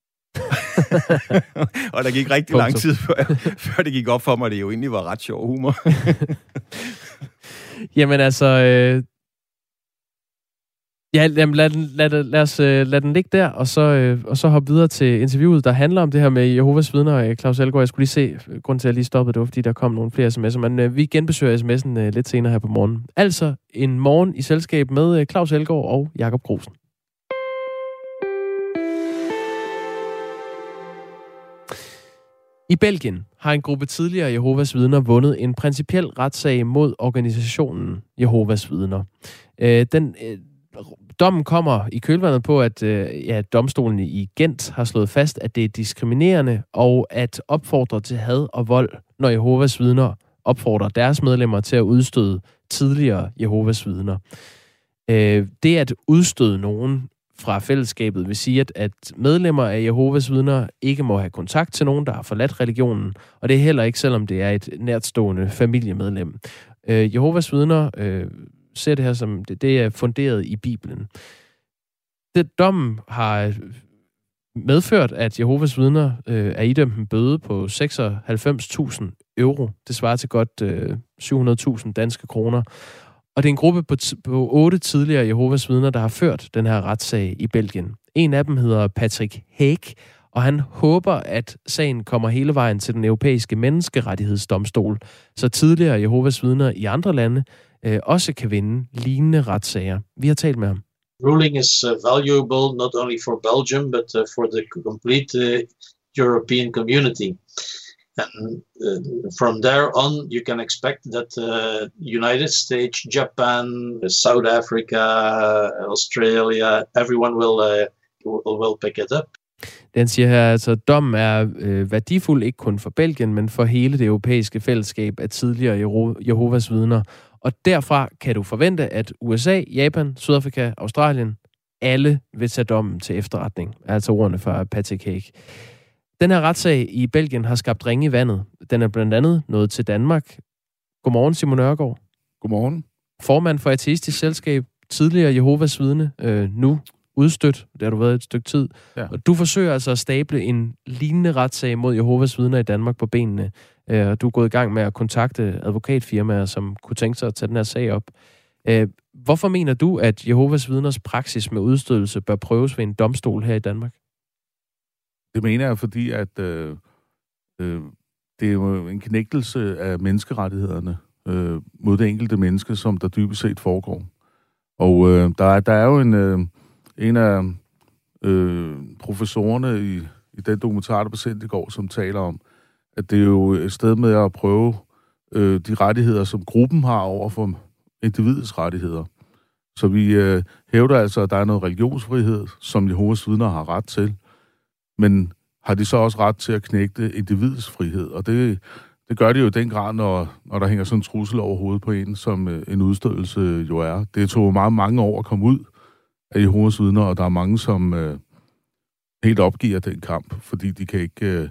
Og der gik rigtig lang tid, før det gik op for mig, at det jo egentlig var ret sjov humor. Jamen altså... lad den ligge der, og så hoppe videre til interviewet, der handler om det her med Jehovas vidner. Claus Elgaard, jeg skulle lige se, grunden til at jeg lige stoppede, det var, fordi der kom nogle flere sms'er, men vi genbesøger sms'en lidt senere her på morgen. Altså en morgen i selskab med Claus Elgaard og Jakob Grusen. I Belgien har en gruppe tidligere Jehovas vidner vundet en principiel retssag mod organisationen Jehovas vidner. Dommen kommer i kølvandet på, at domstolen i Gent har slået fast, at det er diskriminerende og at opfordre til had og vold, når Jehovas vidner opfordrer deres medlemmer til at udstøde tidligere Jehovas vidner. Det at udstøde nogen fra fællesskabet vil sige, at medlemmer af Jehovas vidner ikke må have kontakt til nogen, der har forladt religionen, og det er heller ikke, selvom det er et nærtstående familiemedlem. Jehovas vidner ser det her som, det er funderet i Bibelen. Dommen har medført, at Jehovas vidner er idømt en bøde på 96.000 euro. Det svarer til godt 700.000 danske kroner. Og det er en gruppe på 8 tidligere Jehovas vidner, der har ført den her retssag i Belgien. En af dem hedder Patrick Haig, og han håber, at sagen kommer hele vejen til den europæiske menneskerettighedsdomstol, så tidligere Jehovas vidner i andre lande også kan vinde lignende retssager. Vi har talt med ham. Ruling is valuable not only for Belgium, but for the complete European community. And from there on, you can expect that United States, Japan, South Africa, Australia, everyone will pick it up. Den siger her, altså, dommen er værdifuld ikke kun for Belgien, men for hele det europæiske fællesskab af tidligere Jehovas vidner. Og derfra kan du forvente, at USA, Japan, Sydafrika, Australien, alle vil tage dommen til efterretning. Altså ordene fra Patrick Haig. Den her retssag i Belgien har skabt ringe i vandet. Den er blandt andet nået til Danmark. Godmorgen, Simon Nørgaard. Godmorgen. Formand for Ateistisk Selskab, tidligere Jehovas vidne, nu udstødt, det har du været et stykke tid. Ja. Og du forsøger altså at stable en lignende retssag mod Jehovas vidner i Danmark på benene. Og du er gået i gang med at kontakte advokatfirmaer, som kunne tænke sig at tage den her sag op. Hvorfor mener du, at Jehovas vidners praksis med udstødelse bør prøves ved en domstol her i Danmark? Det mener jeg, fordi at det er jo en knægtelse af menneskerettighederne mod det enkelte menneske, som der dybest set foregår. Og der er jo en af professorerne i den dokumentar, der blev sendt i går, som taler om, at det er jo et sted med at prøve de rettigheder, som gruppen har over for individets rettigheder. Så vi hævder altså, at der er noget religionsfrihed, som Jehovas vidner har ret til, men har de så også ret til at knægte individets frihed? Og det gør de jo i den grad, når der hænger sådan en trussel over hovedet på en, som en udstødelse jo er. Det tog meget mange år at komme ud af Jehovas vidner, og der er mange, som helt opgiver den kamp, fordi de kan ikke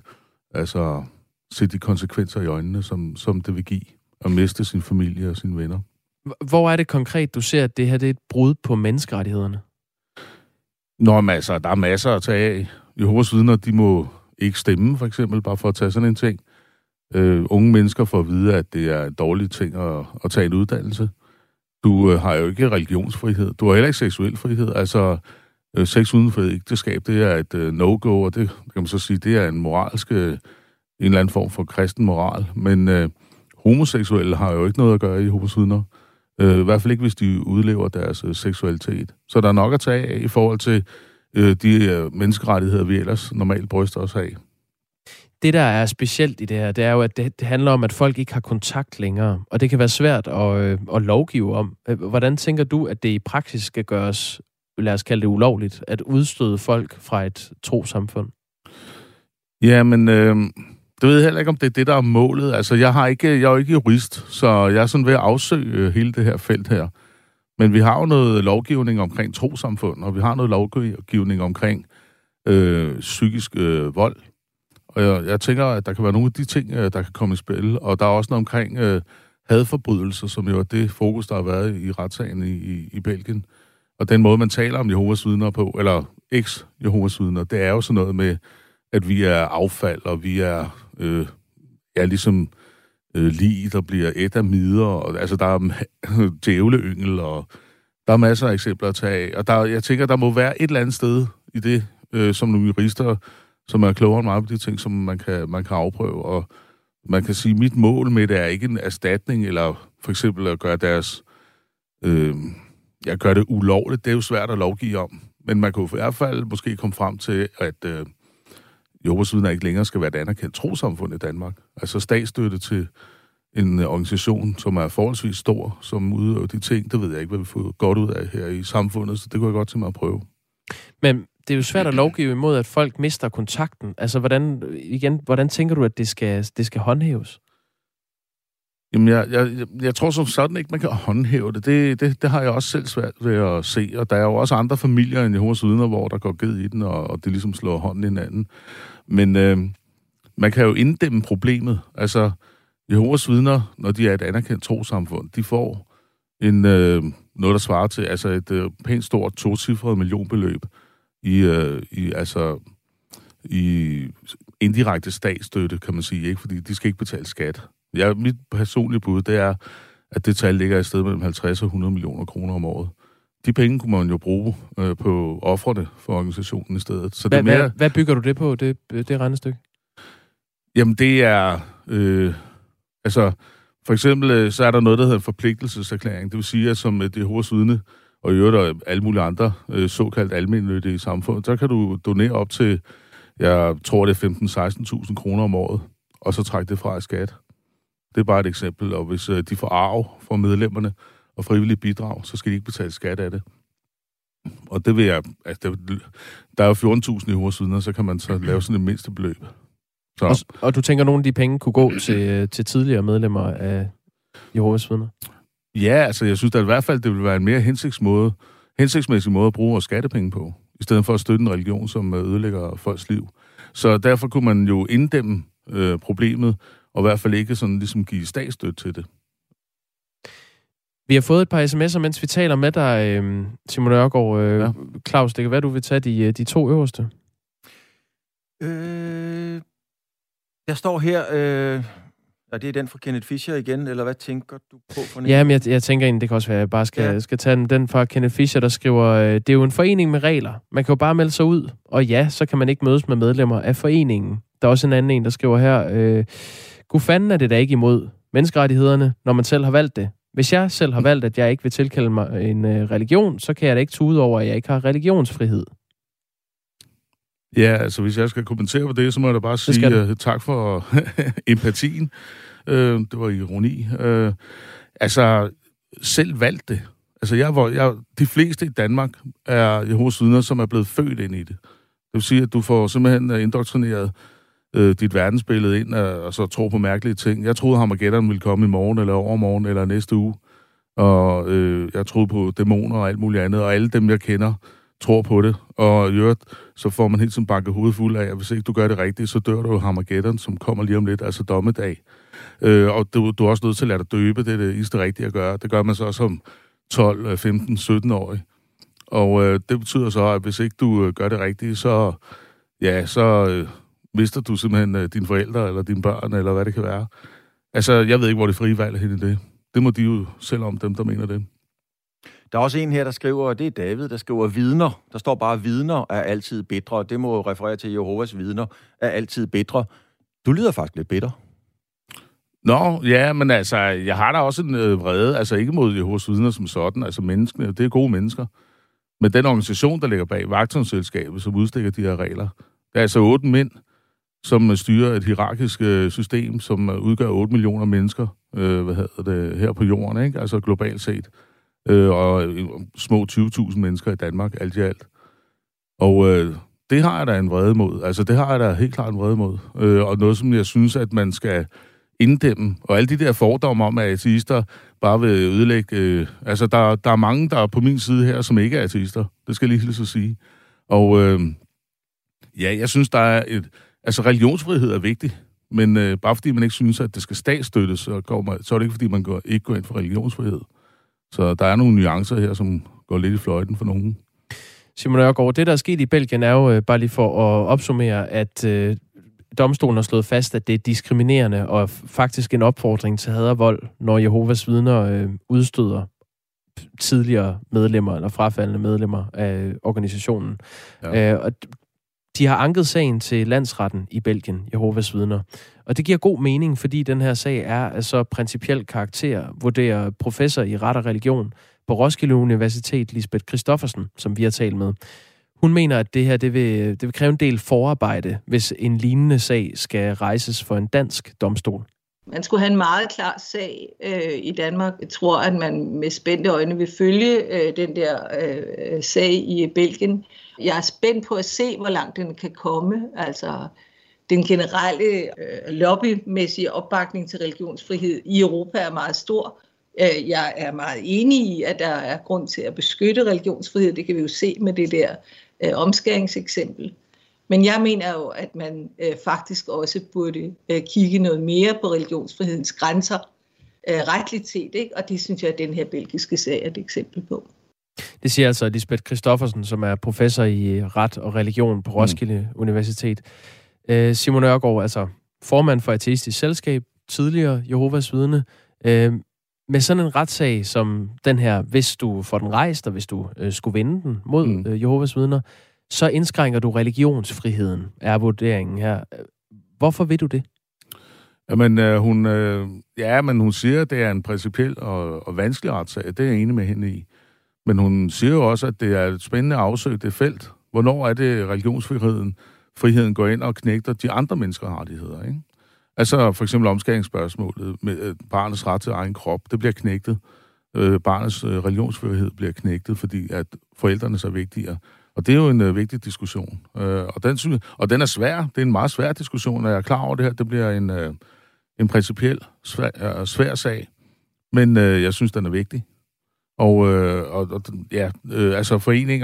se de konsekvenser i øjnene, som det vil give at miste sin familie og sine venner. Hvor er det konkret, du ser, at det her det er et brud på menneskerettighederne? Nå, men altså, der er masser at tage af. Jehovas vidner, de må ikke stemme, for eksempel, bare for at tage sådan en ting. Unge mennesker får at vide, at det er en dårlig ting at tage en uddannelse. Du har jo ikke religionsfrihed. Du har heller ikke seksuel frihed. Altså, sex uden for ægteskab, det er et no-go, og det kan man så sige, det er en moralsk, en eller anden form for kristen moral. Men homoseksuelle har jo ikke noget at gøre i Jehovas vidner. I hvert fald ikke, hvis de udlever deres seksualitet. Så der er nok at tage af i forhold til de menneskerettigheder, vi ellers normalt bryster os af. Det, der er specielt i det her, det er jo, at det handler om, at folk ikke har kontakt længere. Og det kan være svært at lovgive om. Hvordan tænker du, at det i praksis skal gøres, lad os kalde det ulovligt, at udstøde folk fra et trosamfund? Jamen, det ved jeg heller ikke, om det er det, der er målet. Altså, jeg er jo ikke jurist, så jeg er sådan ved at afsøge hele det her felt her. Men vi har jo noget lovgivning omkring trosamfund, og vi har noget lovgivning omkring psykisk vold. Og jeg tænker, at der kan være nogle af de ting, der kan komme i spil. Og der er også noget omkring hadforbrydelser, som jo er det fokus, der har været i retssagen i Belgien. Og den måde, man taler om Jehovas vidner på, eller eks-Jehovas vidner, det er jo sådan noget med, at vi er affald, og vi er ligesom lig, der bliver et af midler. Og, altså, der er djævleyngel, og der er masser af eksempler at tage af. Og jeg tænker, der må være et eller andet sted i det, som nogle jurister, som er klogere end mig på de ting, som man kan afprøve. Og man kan sige, at mit mål med det er ikke en erstatning, eller for eksempel at gøre deres... gøre det ulovligt. Det er jo svært at lovgive om. Men man kan jo i hvert fald måske komme frem til, at Jehovas vidner ikke længere skal være et anerkendt trosamfund i Danmark. Altså statsstøtte til en organisation, som er forholdsvis stor, som udøver de ting. Det ved jeg ikke, hvad vi får godt ud af her i samfundet, så det kunne jeg godt tænke mig at prøve. Men det er jo svært at lovgive imod, at folk mister kontakten. Altså, hvordan tænker du, at det skal håndhæves? Jamen, jeg tror som sådan ikke, man kan håndhæve det. Det har jeg også selv svært ved at se. Og der er jo også andre familier end Jehovas vidner, hvor der går ged i den, og det ligesom slår hånden i hinanden. Men man kan jo inddæmme problemet. Altså, Jehovas vidner, når de er et anerkendt trosamfund, de får noget, der svarer til et pænt stort tocifret millionbeløb i indirekte statsstøtte, kan man sige, ikke? Fordi de skal ikke betale skat. Mit personlige bud, det er, at det tal ligger i stedet mellem 50 og 100 millioner kroner om året. De penge kunne man jo bruge på ofrene for organisationen i stedet. Så hvad bygger du det på, det regnestykke? Jamen, det er... for eksempel, så er der noget, der hedder en forpligtelseserklæring. Det vil sige, at som et Jehovas vidne, og i øvrigt alle mulige andre såkaldt almennyttige samfund, så kan du donere op til, jeg tror det er 15-16.000 kroner om året. og så trække det fra i skat. Det er bare et eksempel, og hvis de får arv fra medlemmerne og frivillige bidrag, så skal de ikke betale skat af det. Og det vil jeg... Altså, der er jo 14.000 Jehovas vidner, så kan man så lave sådan et mindste beløb. Og du tænker, at nogle af de penge kunne gå til tidligere medlemmer af Jehovas vidner? Ja, altså jeg synes at i hvert fald, det vil være en mere hensigtsmæssig måde at bruge vores skattepenge på, i stedet for at støtte en religion, som ødelægger folks liv. Så derfor kunne man jo inddæmme problemet, og i hvert fald ikke sådan ligesom give statsstøtte til det. Vi har fået et par sms'er, mens vi taler med dig, Simon Nørgaard. Ja. Claus, det kan være, du vil tage de 2 øverste. Der står her... Er det den fra Kenneth Fischer igen, eller hvad tænker du på for en? Jamen, jeg tænker egentlig, det kan også være, at jeg bare skal tage den fra Kenneth Fischer, der skriver, det er jo en forening med regler. Man kan jo bare melde sig ud, og ja, så kan man ikke mødes med medlemmer af foreningen. Der er også en anden, der skriver her, gud fanden er det da ikke imod menneskerettighederne, når man selv har valgt det. Hvis jeg selv har valgt, at jeg ikke vil tilkalde mig en religion, så kan jeg da ikke tude over, at jeg ikke har religionsfrihed. Ja, altså hvis jeg skal kommentere på det, så må jeg da bare sige tak for empatien. Det var ironi. Altså, selv valgt det. Altså, de fleste i Danmark er Jehovas vidner, som er blevet født ind i det. Det vil sige, at du får simpelthen indoktrineret dit verdensbillede ind, og så tror på mærkelige ting. Jeg troede, Armageddon ville komme i morgen, eller overmorgen, eller næste uge. Og jeg troede på dæmoner og alt muligt andet, og alle dem, jeg kender, tror på det, og i øvrigt, så får man helt sådan banket hovedet fuld af, at hvis ikke du gør det rigtigt, så dør du Armageddon, som kommer lige om lidt, altså dommedag. Og du er også nødt til at lade dig døbe, det er det eneste rigtige at gøre. Det gør man så som 12, 15, 17-årig. Og det betyder så, at hvis ikke du gør det rigtige, så mister du simpelthen dine forældre, eller dine børn, eller hvad det kan være. Altså, jeg ved ikke, hvor det frie valg er hen i det. Det må de jo selv om, dem der mener det. Der er også en her, der skriver, og det er David, der skriver vidner. Der står bare, vidner er altid bitre. Det må referere til Jehovas vidner er altid bitre. Du lyder faktisk lidt bitter. Nå, ja, men altså, jeg har da også en vrede, altså ikke mod Jehovas vidner som sådan, altså menneskene, det er gode mennesker. Men den organisation, der ligger bag vagtåndsselskabet, som udstikker de her regler, det er altså 8 mænd, som styrer et hierarkisk system, som udgør 8 millioner mennesker, her på jorden, ikke? Altså globalt set. Og små 20.000 mennesker i Danmark, alt i alt. Og det har jeg da en vrede mod. Altså, det har jeg da helt klart en vrede mod. Og noget, som jeg synes, at man skal inddæmme. Og alle de der fordomme om, at ateister bare vil ødelægge... altså, der er mange, der er på min side her, som ikke er ateister. Det skal jeg lige hilse at sige. Og jeg synes, der er altså, religionsfrihed er vigtig. Men bare fordi man ikke synes, at det skal statsstøttes, så er det ikke, fordi man ikke går ind for religionsfrihed. Så der er nogle nuancer her, som går lidt i fløjten for nogen. Simon Nørgaard, det der er sket i Belgien er jo bare lige for at opsummere, at domstolen har slået fast, at det er diskriminerende og faktisk en opfordring til had og vold, når Jehovas vidner udstøder tidligere medlemmer eller frafaldende medlemmer af organisationen. Ja. Og de har anket sagen til landsretten i Belgien, Jehovas vidner. Og det giver god mening, fordi den her sag er af så principiel karakter, vurderer professor i ret og religion på Roskilde Universitet, Lisbeth Christoffersen, som vi har talt med. Hun mener, at det her det vil kræve en del forarbejde, hvis en lignende sag skal rejses for en dansk domstol. Man skulle have en meget klar sag i Danmark. Jeg tror, at man med spændte øjne vil følge den der sag i Belgien. Jeg er spændt på at se, hvor langt den kan komme. Altså, den generelle lobbymæssige opbakning til religionsfrihed i Europa er meget stor. Jeg er meget enig i, at der er grund til at beskytte religionsfrihed. Det kan vi jo se med det der omskæringseksempel. Men jeg mener jo, at man faktisk også burde kigge noget mere på religionsfrihedens grænser retligt set, ikke? Og det synes jeg, at den her belgiske sag er et eksempel på. Det siger altså Lisbeth Christoffersen, som er professor i ret og religion på Roskilde Universitet. Simon Nørgaard, altså formand for Ateistisk Selskab, tidligere Jehovas vidne. Med sådan en retssag som den her, hvis du får den rejst, og hvis du skulle vinde den mod Jehovas vidner, så indskrænker du religionsfriheden, er vurderingen her. Hvorfor vil du det? Jamen, hun siger, at det er en principiel og vanskelig retssag. Det er jeg enig med hende i. Men hun siger jo også, at det er et spændende afsøgt det felt. Hvornår er det religionsfriheden går ind og knægter de andre menneskerettigheder, ikke? Altså for eksempel omskæringsspørgsmålet med barnets ret til egen krop, det bliver knægtet. Barnets religionsførighed bliver knægtet, fordi at forældrene er vigtigere. Og det er jo en vigtig diskussion. Og den er svær. Det er en meget svær diskussion, og jeg er klar over det her. Det bliver en principiel svær sag. Men jeg synes, den er vigtig. Altså foreninger,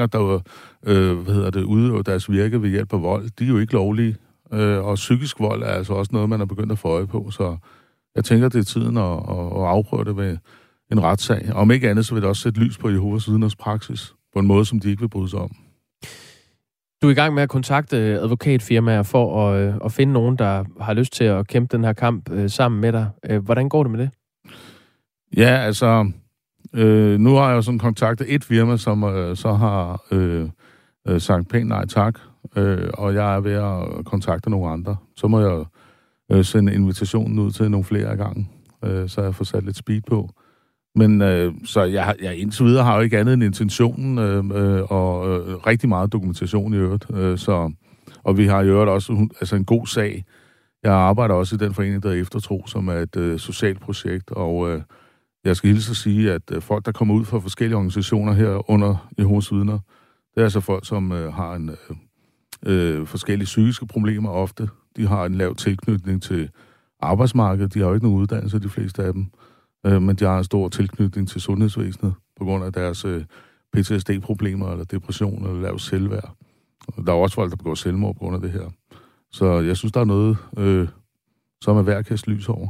der udøver deres virke ved hjælp af vold, de er jo ikke lovlige. Og psykisk vold er altså også noget, man er begyndt at få øje på. Så jeg tænker, det er tiden at afprøve det ved en retssag. Om ikke andet, så vil det også sætte lys på Jehovas vidners praksis på en måde, som de ikke vil bryde sig om. Du er i gang med at kontakte advokatfirmaer for at finde nogen, der har lyst til at kæmpe den her kamp sammen med dig. Hvordan går det med det? Ja, altså, nu har jeg jo sådan kontaktet et firma, som så har sagt pænt nej tak, og jeg er ved at kontakte nogle andre. Så må jeg sende invitationen ud til nogle flere af gangen, så jeg får sat lidt speed på. Men så jeg indtil videre har jo ikke andet end intentionen og rigtig meget dokumentation i øvrigt. Og vi har i øvrigt også en god sag. Jeg arbejder også i den forening, der er Eftertro, som er et socialt projekt, og jeg skal hilse at sige, at folk, der kommer ud fra forskellige organisationer her under Jehovas vidner, det er altså folk, som har forskellige psykiske problemer ofte. De har en lav tilknytning til arbejdsmarkedet. De har jo ikke nogen uddannelse, de fleste af dem. Men de har en stor tilknytning til sundhedsvæsenet på grund af deres PTSD-problemer, eller depression, eller lav selvværd. Der er også folk, der begår selvmord på grund af det her. Så jeg synes, der er noget, som er værd at kaste lys over.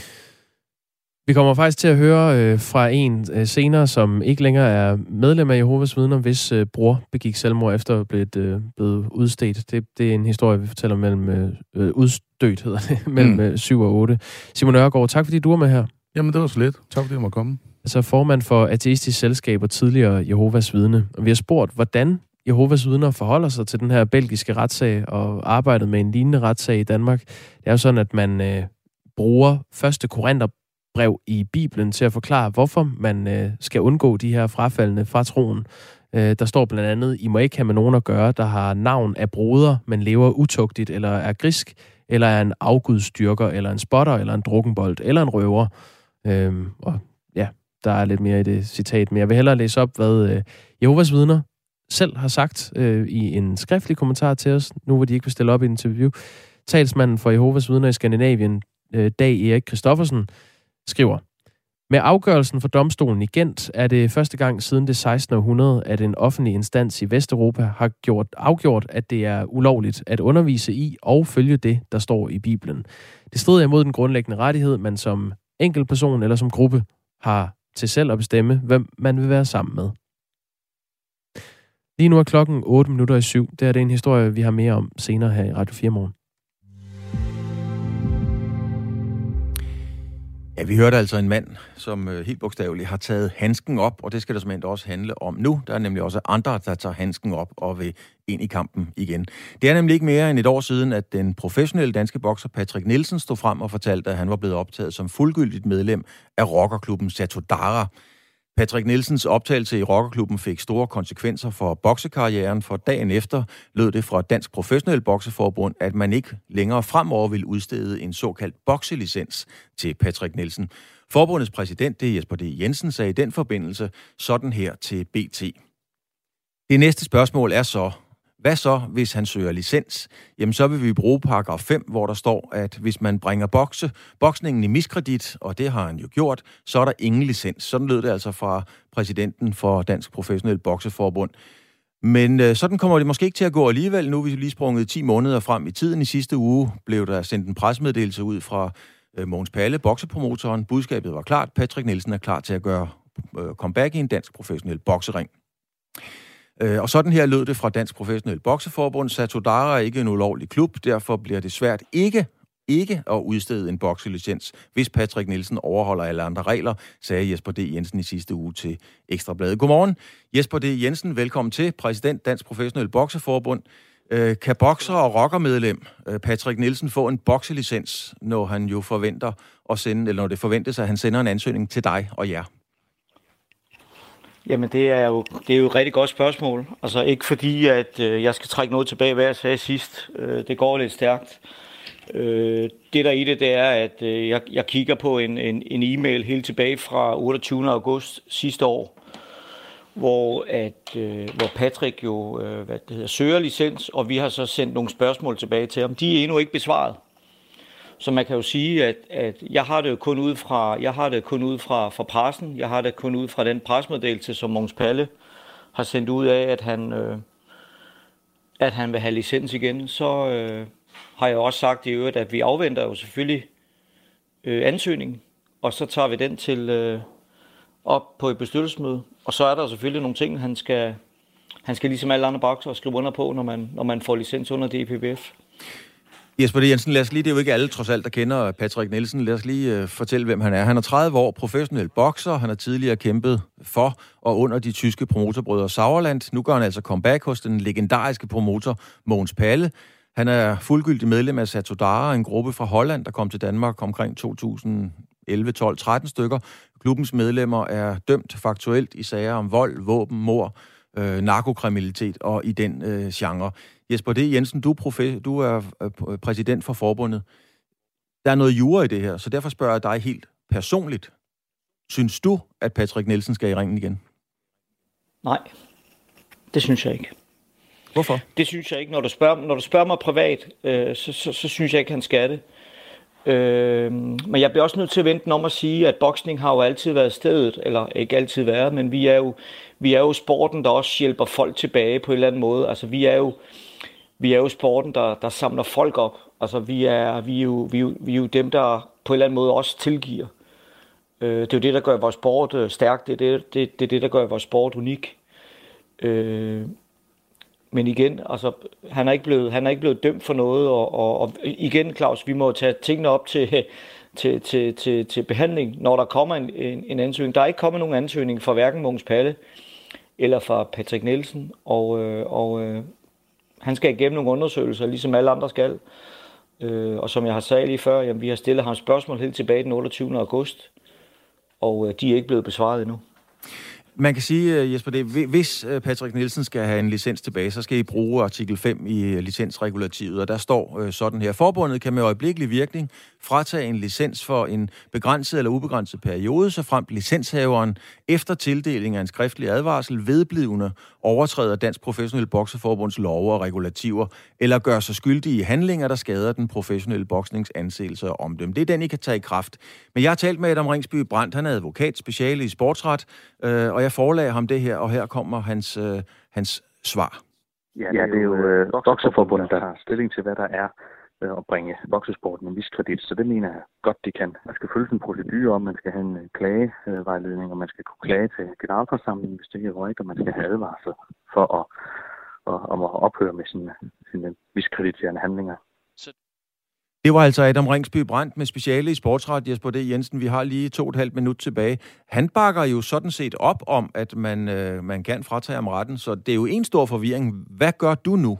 Vi kommer faktisk til at høre fra en senere, som ikke længere er medlem af Jehovas vidner, hvis bror begik selvmord efter at blevet udstedt. Det er en historie, vi fortæller mellem udstødt, hedder det, mellem 7 og 8. Simon Ørgaard, tak fordi du var med her. Jamen, det var så lidt. Tak fordi jeg måtte komme. Altså formand for Ateistisk Selskab og tidligere Jehovas vidne. Og vi har spurgt, hvordan Jehovas vidner forholder sig til den her belgiske retssag og arbejdet med en lignende retssag i Danmark. Det er jo sådan, at man bruger 1. Korintherbrev i Bibelen til at forklare, hvorfor man skal undgå de her frafaldne fra troen. Der står blandt andet, I må ikke have med nogen at gøre, der har navn af broder, men lever utugtigt, eller er grisk, eller er en afgudstyrker, eller en spotter, eller en drukkenbold, eller en røver. Og ja, der er lidt mere i det citat, men jeg vil hellere læse op, hvad Jehovas vidner selv har sagt i en skriftlig kommentar til os, nu hvor de ikke vil stille op i en interview. Talsmanden for Jehovas vidner i Skandinavien, Dag Erik Christoffersen, skriver: Med afgørelsen for domstolen i Gent er det første gang siden det 16. århundrede, at en offentlig instans i Vesteuropa har afgjort, at det er ulovligt at undervise i og følge det, der står i Bibelen. Det strider imod den grundlæggende rettighed, man som enkeltperson eller som gruppe har til selv at bestemme, hvem man vil være sammen med. Lige nu er klokken 7:08. Det er det en historie, vi har mere om senere her i Radio 4 Morgen. Ja, vi hørte altså en mand, som helt bogstaveligt har taget handsken op, og det skal der simpelthen også handle om nu. Der er nemlig også andre, der tager handsken op og vil ind i kampen igen. Det er nemlig ikke mere end et år siden, at den professionelle danske bokser Patrick Nielsen stod frem og fortalte, at han var blevet optaget som fuldgyldigt medlem af rockerklubben Satudarah. Patrick Nielsens optagelse i rockerklubben fik store konsekvenser for boksekarrieren, for dagen efter lød det fra Dansk Professionel Bokseforbund, at man ikke længere fremover ville udstede en såkaldt bokselicens til Patrick Nielsen. Forbundets præsident, det er Jesper D. Jensen, sagde i den forbindelse sådan her til BT. Det næste spørgsmål er så, hvad så, hvis han søger licens? Jamen, så vil vi bruge paragraf 5, hvor der står, at hvis man bringer boksningen i miskredit, og det har han jo gjort, så er der ingen licens. Sådan lød det altså fra præsidenten for Dansk Professionel Bokseforbund. Men sådan kommer det måske ikke til at gå alligevel. Nu er vi lige sprunget 10 måneder frem i tiden. I sidste uge blev der sendt en pressemeddelelse ud fra Mogens Palle, boksepromotoren. Budskabet var klart. Patrick Nielsen er klar til at gøre comeback i en dansk professionel boksering. Og sådan her lød det fra Dansk Professionel Bokseforbund. Satudarah er ikke en ulovlig klub, derfor bliver det svært ikke at udstede en bokselicens, hvis Patrick Nielsen overholder alle andre regler, sagde Jesper D. Jensen i sidste uge til Ekstra Bladet. Godmorgen, Jesper D. Jensen. Velkommen til, præsident Dansk Professionel Bokseforbund. Kan bokser og rockermedlem Patrick Nielsen få en bokselicens, når han jo forventer at sende, eller når det forventes, at han sender en ansøgning til dig og jer? Jamen, det er jo et rigtig godt spørgsmål. Altså ikke fordi, at jeg skal trække noget tilbage, hvad jeg sagde sidst. Det går lidt stærkt. Det der i det er, at jeg kigger på en e-mail helt tilbage fra 28. august sidste år, hvor Patrick jo søger licens, og vi har så sendt nogle spørgsmål tilbage til ham. De er endnu ikke besvaret. Så man kan jo sige, at jeg har det kun ud fra pressen. Jeg har det kun ud fra den pressemeddelelse, som Mogens Palle har sendt ud af, at han vil have licens igen. Så har jeg også sagt i øvrigt, at vi afventer jo selvfølgelig ansøgningen, og så tager vi den til op på et bestyrelsesmøde. Og så er der selvfølgelig nogle ting, han skal ligesom alle andre bokser skrive under på, når man får licens under DPBF. Jesper D. Jensen, lad os lige, det er jo ikke alle trods alt, der kender Patrick Nielsen. Lad os lige fortælle, hvem han er. Han er 30 år, professionel bokser. Han har tidligere kæmpet for og under de tyske promotorbrødre Sauerland. Nu gør han altså comeback hos den legendariske promotor Mogens Palle. Han er fuldgyldig medlem af Satudara, en gruppe fra Holland, der kom til Danmark omkring 2011, 12, 13 stykker. Klubbens medlemmer er dømt faktuelt i sager om vold, våben, mord, narkokriminalitet og i den genre. Jesper D. Jensen, du er præsident for forbundet. Der er noget jura i det her, så derfor spørger jeg dig helt personligt. Synes du, at Patrick Nielsen skal i ringen igen? Nej, det synes jeg ikke. Hvorfor? Det synes jeg ikke. Når du spørger mig privat, så synes jeg ikke, han skal det. Men jeg bliver også nødt til at vente om at sige, at boksning har jo altid været stedet, eller ikke altid været, men vi er jo sporten, der også hjælper folk tilbage på en eller anden måde. Altså vi er jo sporten, der samler folk op. Altså vi er jo dem, der på en eller anden måde også tilgiver. Det er jo det, der gør vores sport stærk. Det er det, der gør vores sport unik. Men igen, altså, han er ikke blevet dømt for noget, og igen, Claus, vi må tage tingene op til behandling, når der kommer en ansøgning. Der er ikke kommet nogen ansøgning fra hverken Mogens Palle eller fra Patrick Nielsen, og han skal igennem nogle undersøgelser, ligesom alle andre skal. Og som jeg har sagt lige før, jamen, vi har stillet ham spørgsmål helt tilbage den 28. august, og de er ikke blevet besvaret endnu. Man kan sige, Jesper, hvis Patrick Nielsen skal have en licens tilbage, så skal I bruge artikel 5 i licensregulativet, og der står sådan her. Forbundet kan med øjeblikkelig virkning fratage en licens for en begrænset eller ubegrænset periode, så frem licenshaveren efter tildeling af en skriftlig advarsel vedblivende overtræder Dansk Professionel Bokseforbunds love og regulativer, eller gør sig skyldige i handlinger, der skader den professionelle boksnings anseelse og omdømme. Det er den, I kan tage i kraft. Men jeg har talt med Adam Ringsby Brandt, han er advokat, speciale i sportsret, og jeg forelagde ham det her, og her kommer hans svar. Ja, det er jo Bokseforbundet, der har stilling til, hvad der er at bringe boksesporten en vis kredit, så det mener jeg godt, de kan. Man skal følge en procedure om, man skal have en klagevejledning, og man skal kunne klage til generalforsamlingen, hvis det ikke er korrekt, og man skal have advarsel for at ophøre med sine miskrediterende handlinger. Det var altså Adam Ringsby Brandt med speciale i sportsret, Jesper D. Jensen. Vi har lige 2,5 minutter tilbage. Han bakker jo sådan set op om, at man kan fratage ham retten, så det er jo en stor forvirring. Hvad gør du nu?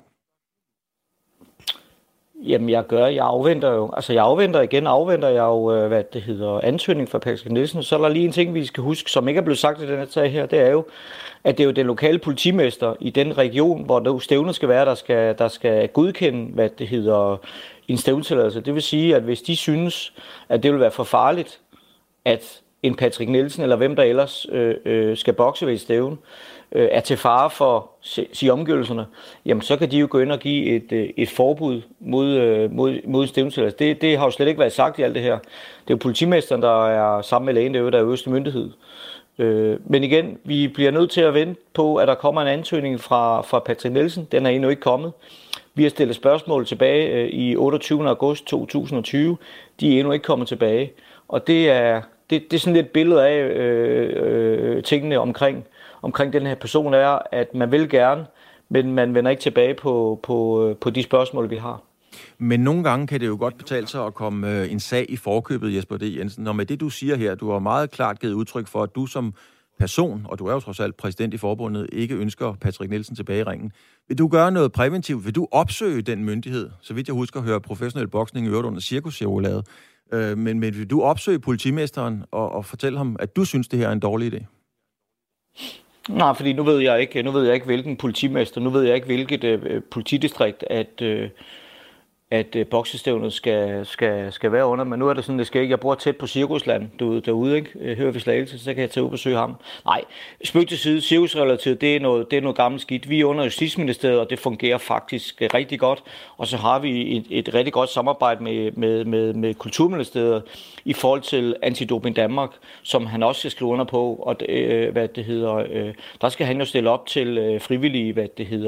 Jamen, jeg afventer jo, ansøgning fra Patrick Nielsen. Så er der lige en ting, vi skal huske, som ikke er blevet sagt i den her sag her, det er jo, at det er jo den lokale politimester i den region, hvor stævnet skal være, der skal godkende, en stævntilladelse. Det vil sige, at hvis de synes, at det vil være for farligt, at en Patrick Nielsen eller hvem der ellers skal bokse ved et stævn, er til fare for omgivelserne, jamen så kan de jo gå ind og give et forbud mod stævntilladelse. Det har jo slet ikke været sagt i alt det her. Det er jo politimesteren, der er sammen med lægen, der er øverste myndighed. Men igen, vi bliver nødt til at vente på, at der kommer en ansøgning fra Patrick Nielsen. Den er endnu ikke kommet. Vi har stillet spørgsmål tilbage i 28. august 2020. De er endnu ikke kommet tilbage. Og det er sådan lidt et billede af tingene omkring den her person er, at man vil gerne, men man vender ikke tilbage på de spørgsmål, vi har. Men nogle gange kan det jo godt betale sig at komme en sag i forkøbet, Jesper D. Jensen. Og med det, du siger her, du har meget klart givet udtryk for, at du som person, og du er jo trods alt præsident i forbundet, ikke ønsker Patrick Nielsen tilbage i ringen. Vil du gøre noget præventivt? Vil du opsøge den myndighed? Så vidt jeg husker, hører professionel boksning i øvrigt under cirkuscirkulæret. Men vil du opsøge politimesteren og fortælle ham, at du synes, det her er en dårlig idé? Nej, fordi nu ved jeg ikke hvilken politimester, nu ved jeg ikke hvilket politidistrikt, at boksestævnet skal være under. Men nu er det sådan, det skal ikke. Jeg bor tæt på Cirkusland derude, ikke? Hører vi Slagelse, så kan jeg tage ud og besøge ham. Nej, spøg til side. Cirkusrelateret, det er noget gammelt skidt. Vi er under Justitsministeriet, og det fungerer faktisk rigtig godt. Og så har vi et rigtig godt samarbejde med Kulturministeriet i forhold til Antidoping Danmark, som han også skal skrive under på. Og der skal han jo stille op til frivillige,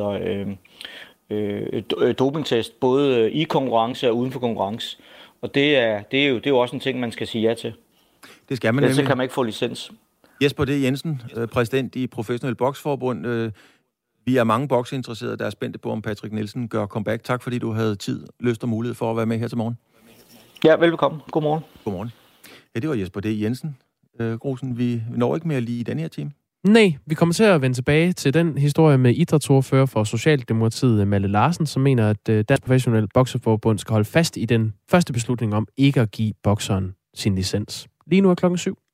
dopingtest, både i konkurrence og uden for konkurrence. Og det er jo også en ting, man skal sige ja til. Det skal man nemlig. nemlig. Så kan man ikke få licens. Jesper D. Jensen, præsident i Professionel Boksforbund. Vi er mange bokseinteresserede, der er spændte på, om Patrick Nielsen gør comeback. Tak fordi du havde tid, lyst og mulighed for at være med her til morgen. Ja, velbekomme. Godmorgen. Godmorgen. Ja, det var Jesper D. Jensen. Grusen, vi når ikke mere lige i denne her time. Nej, vi kommer til at vende tilbage til den historie med idrætsordfører for Socialdemokratiet, Malle Larsen, som mener, at Dansk Professionel Bokseforbund skal holde fast i den første beslutning om ikke at give bokseren sin licens. Lige nu er 7:00.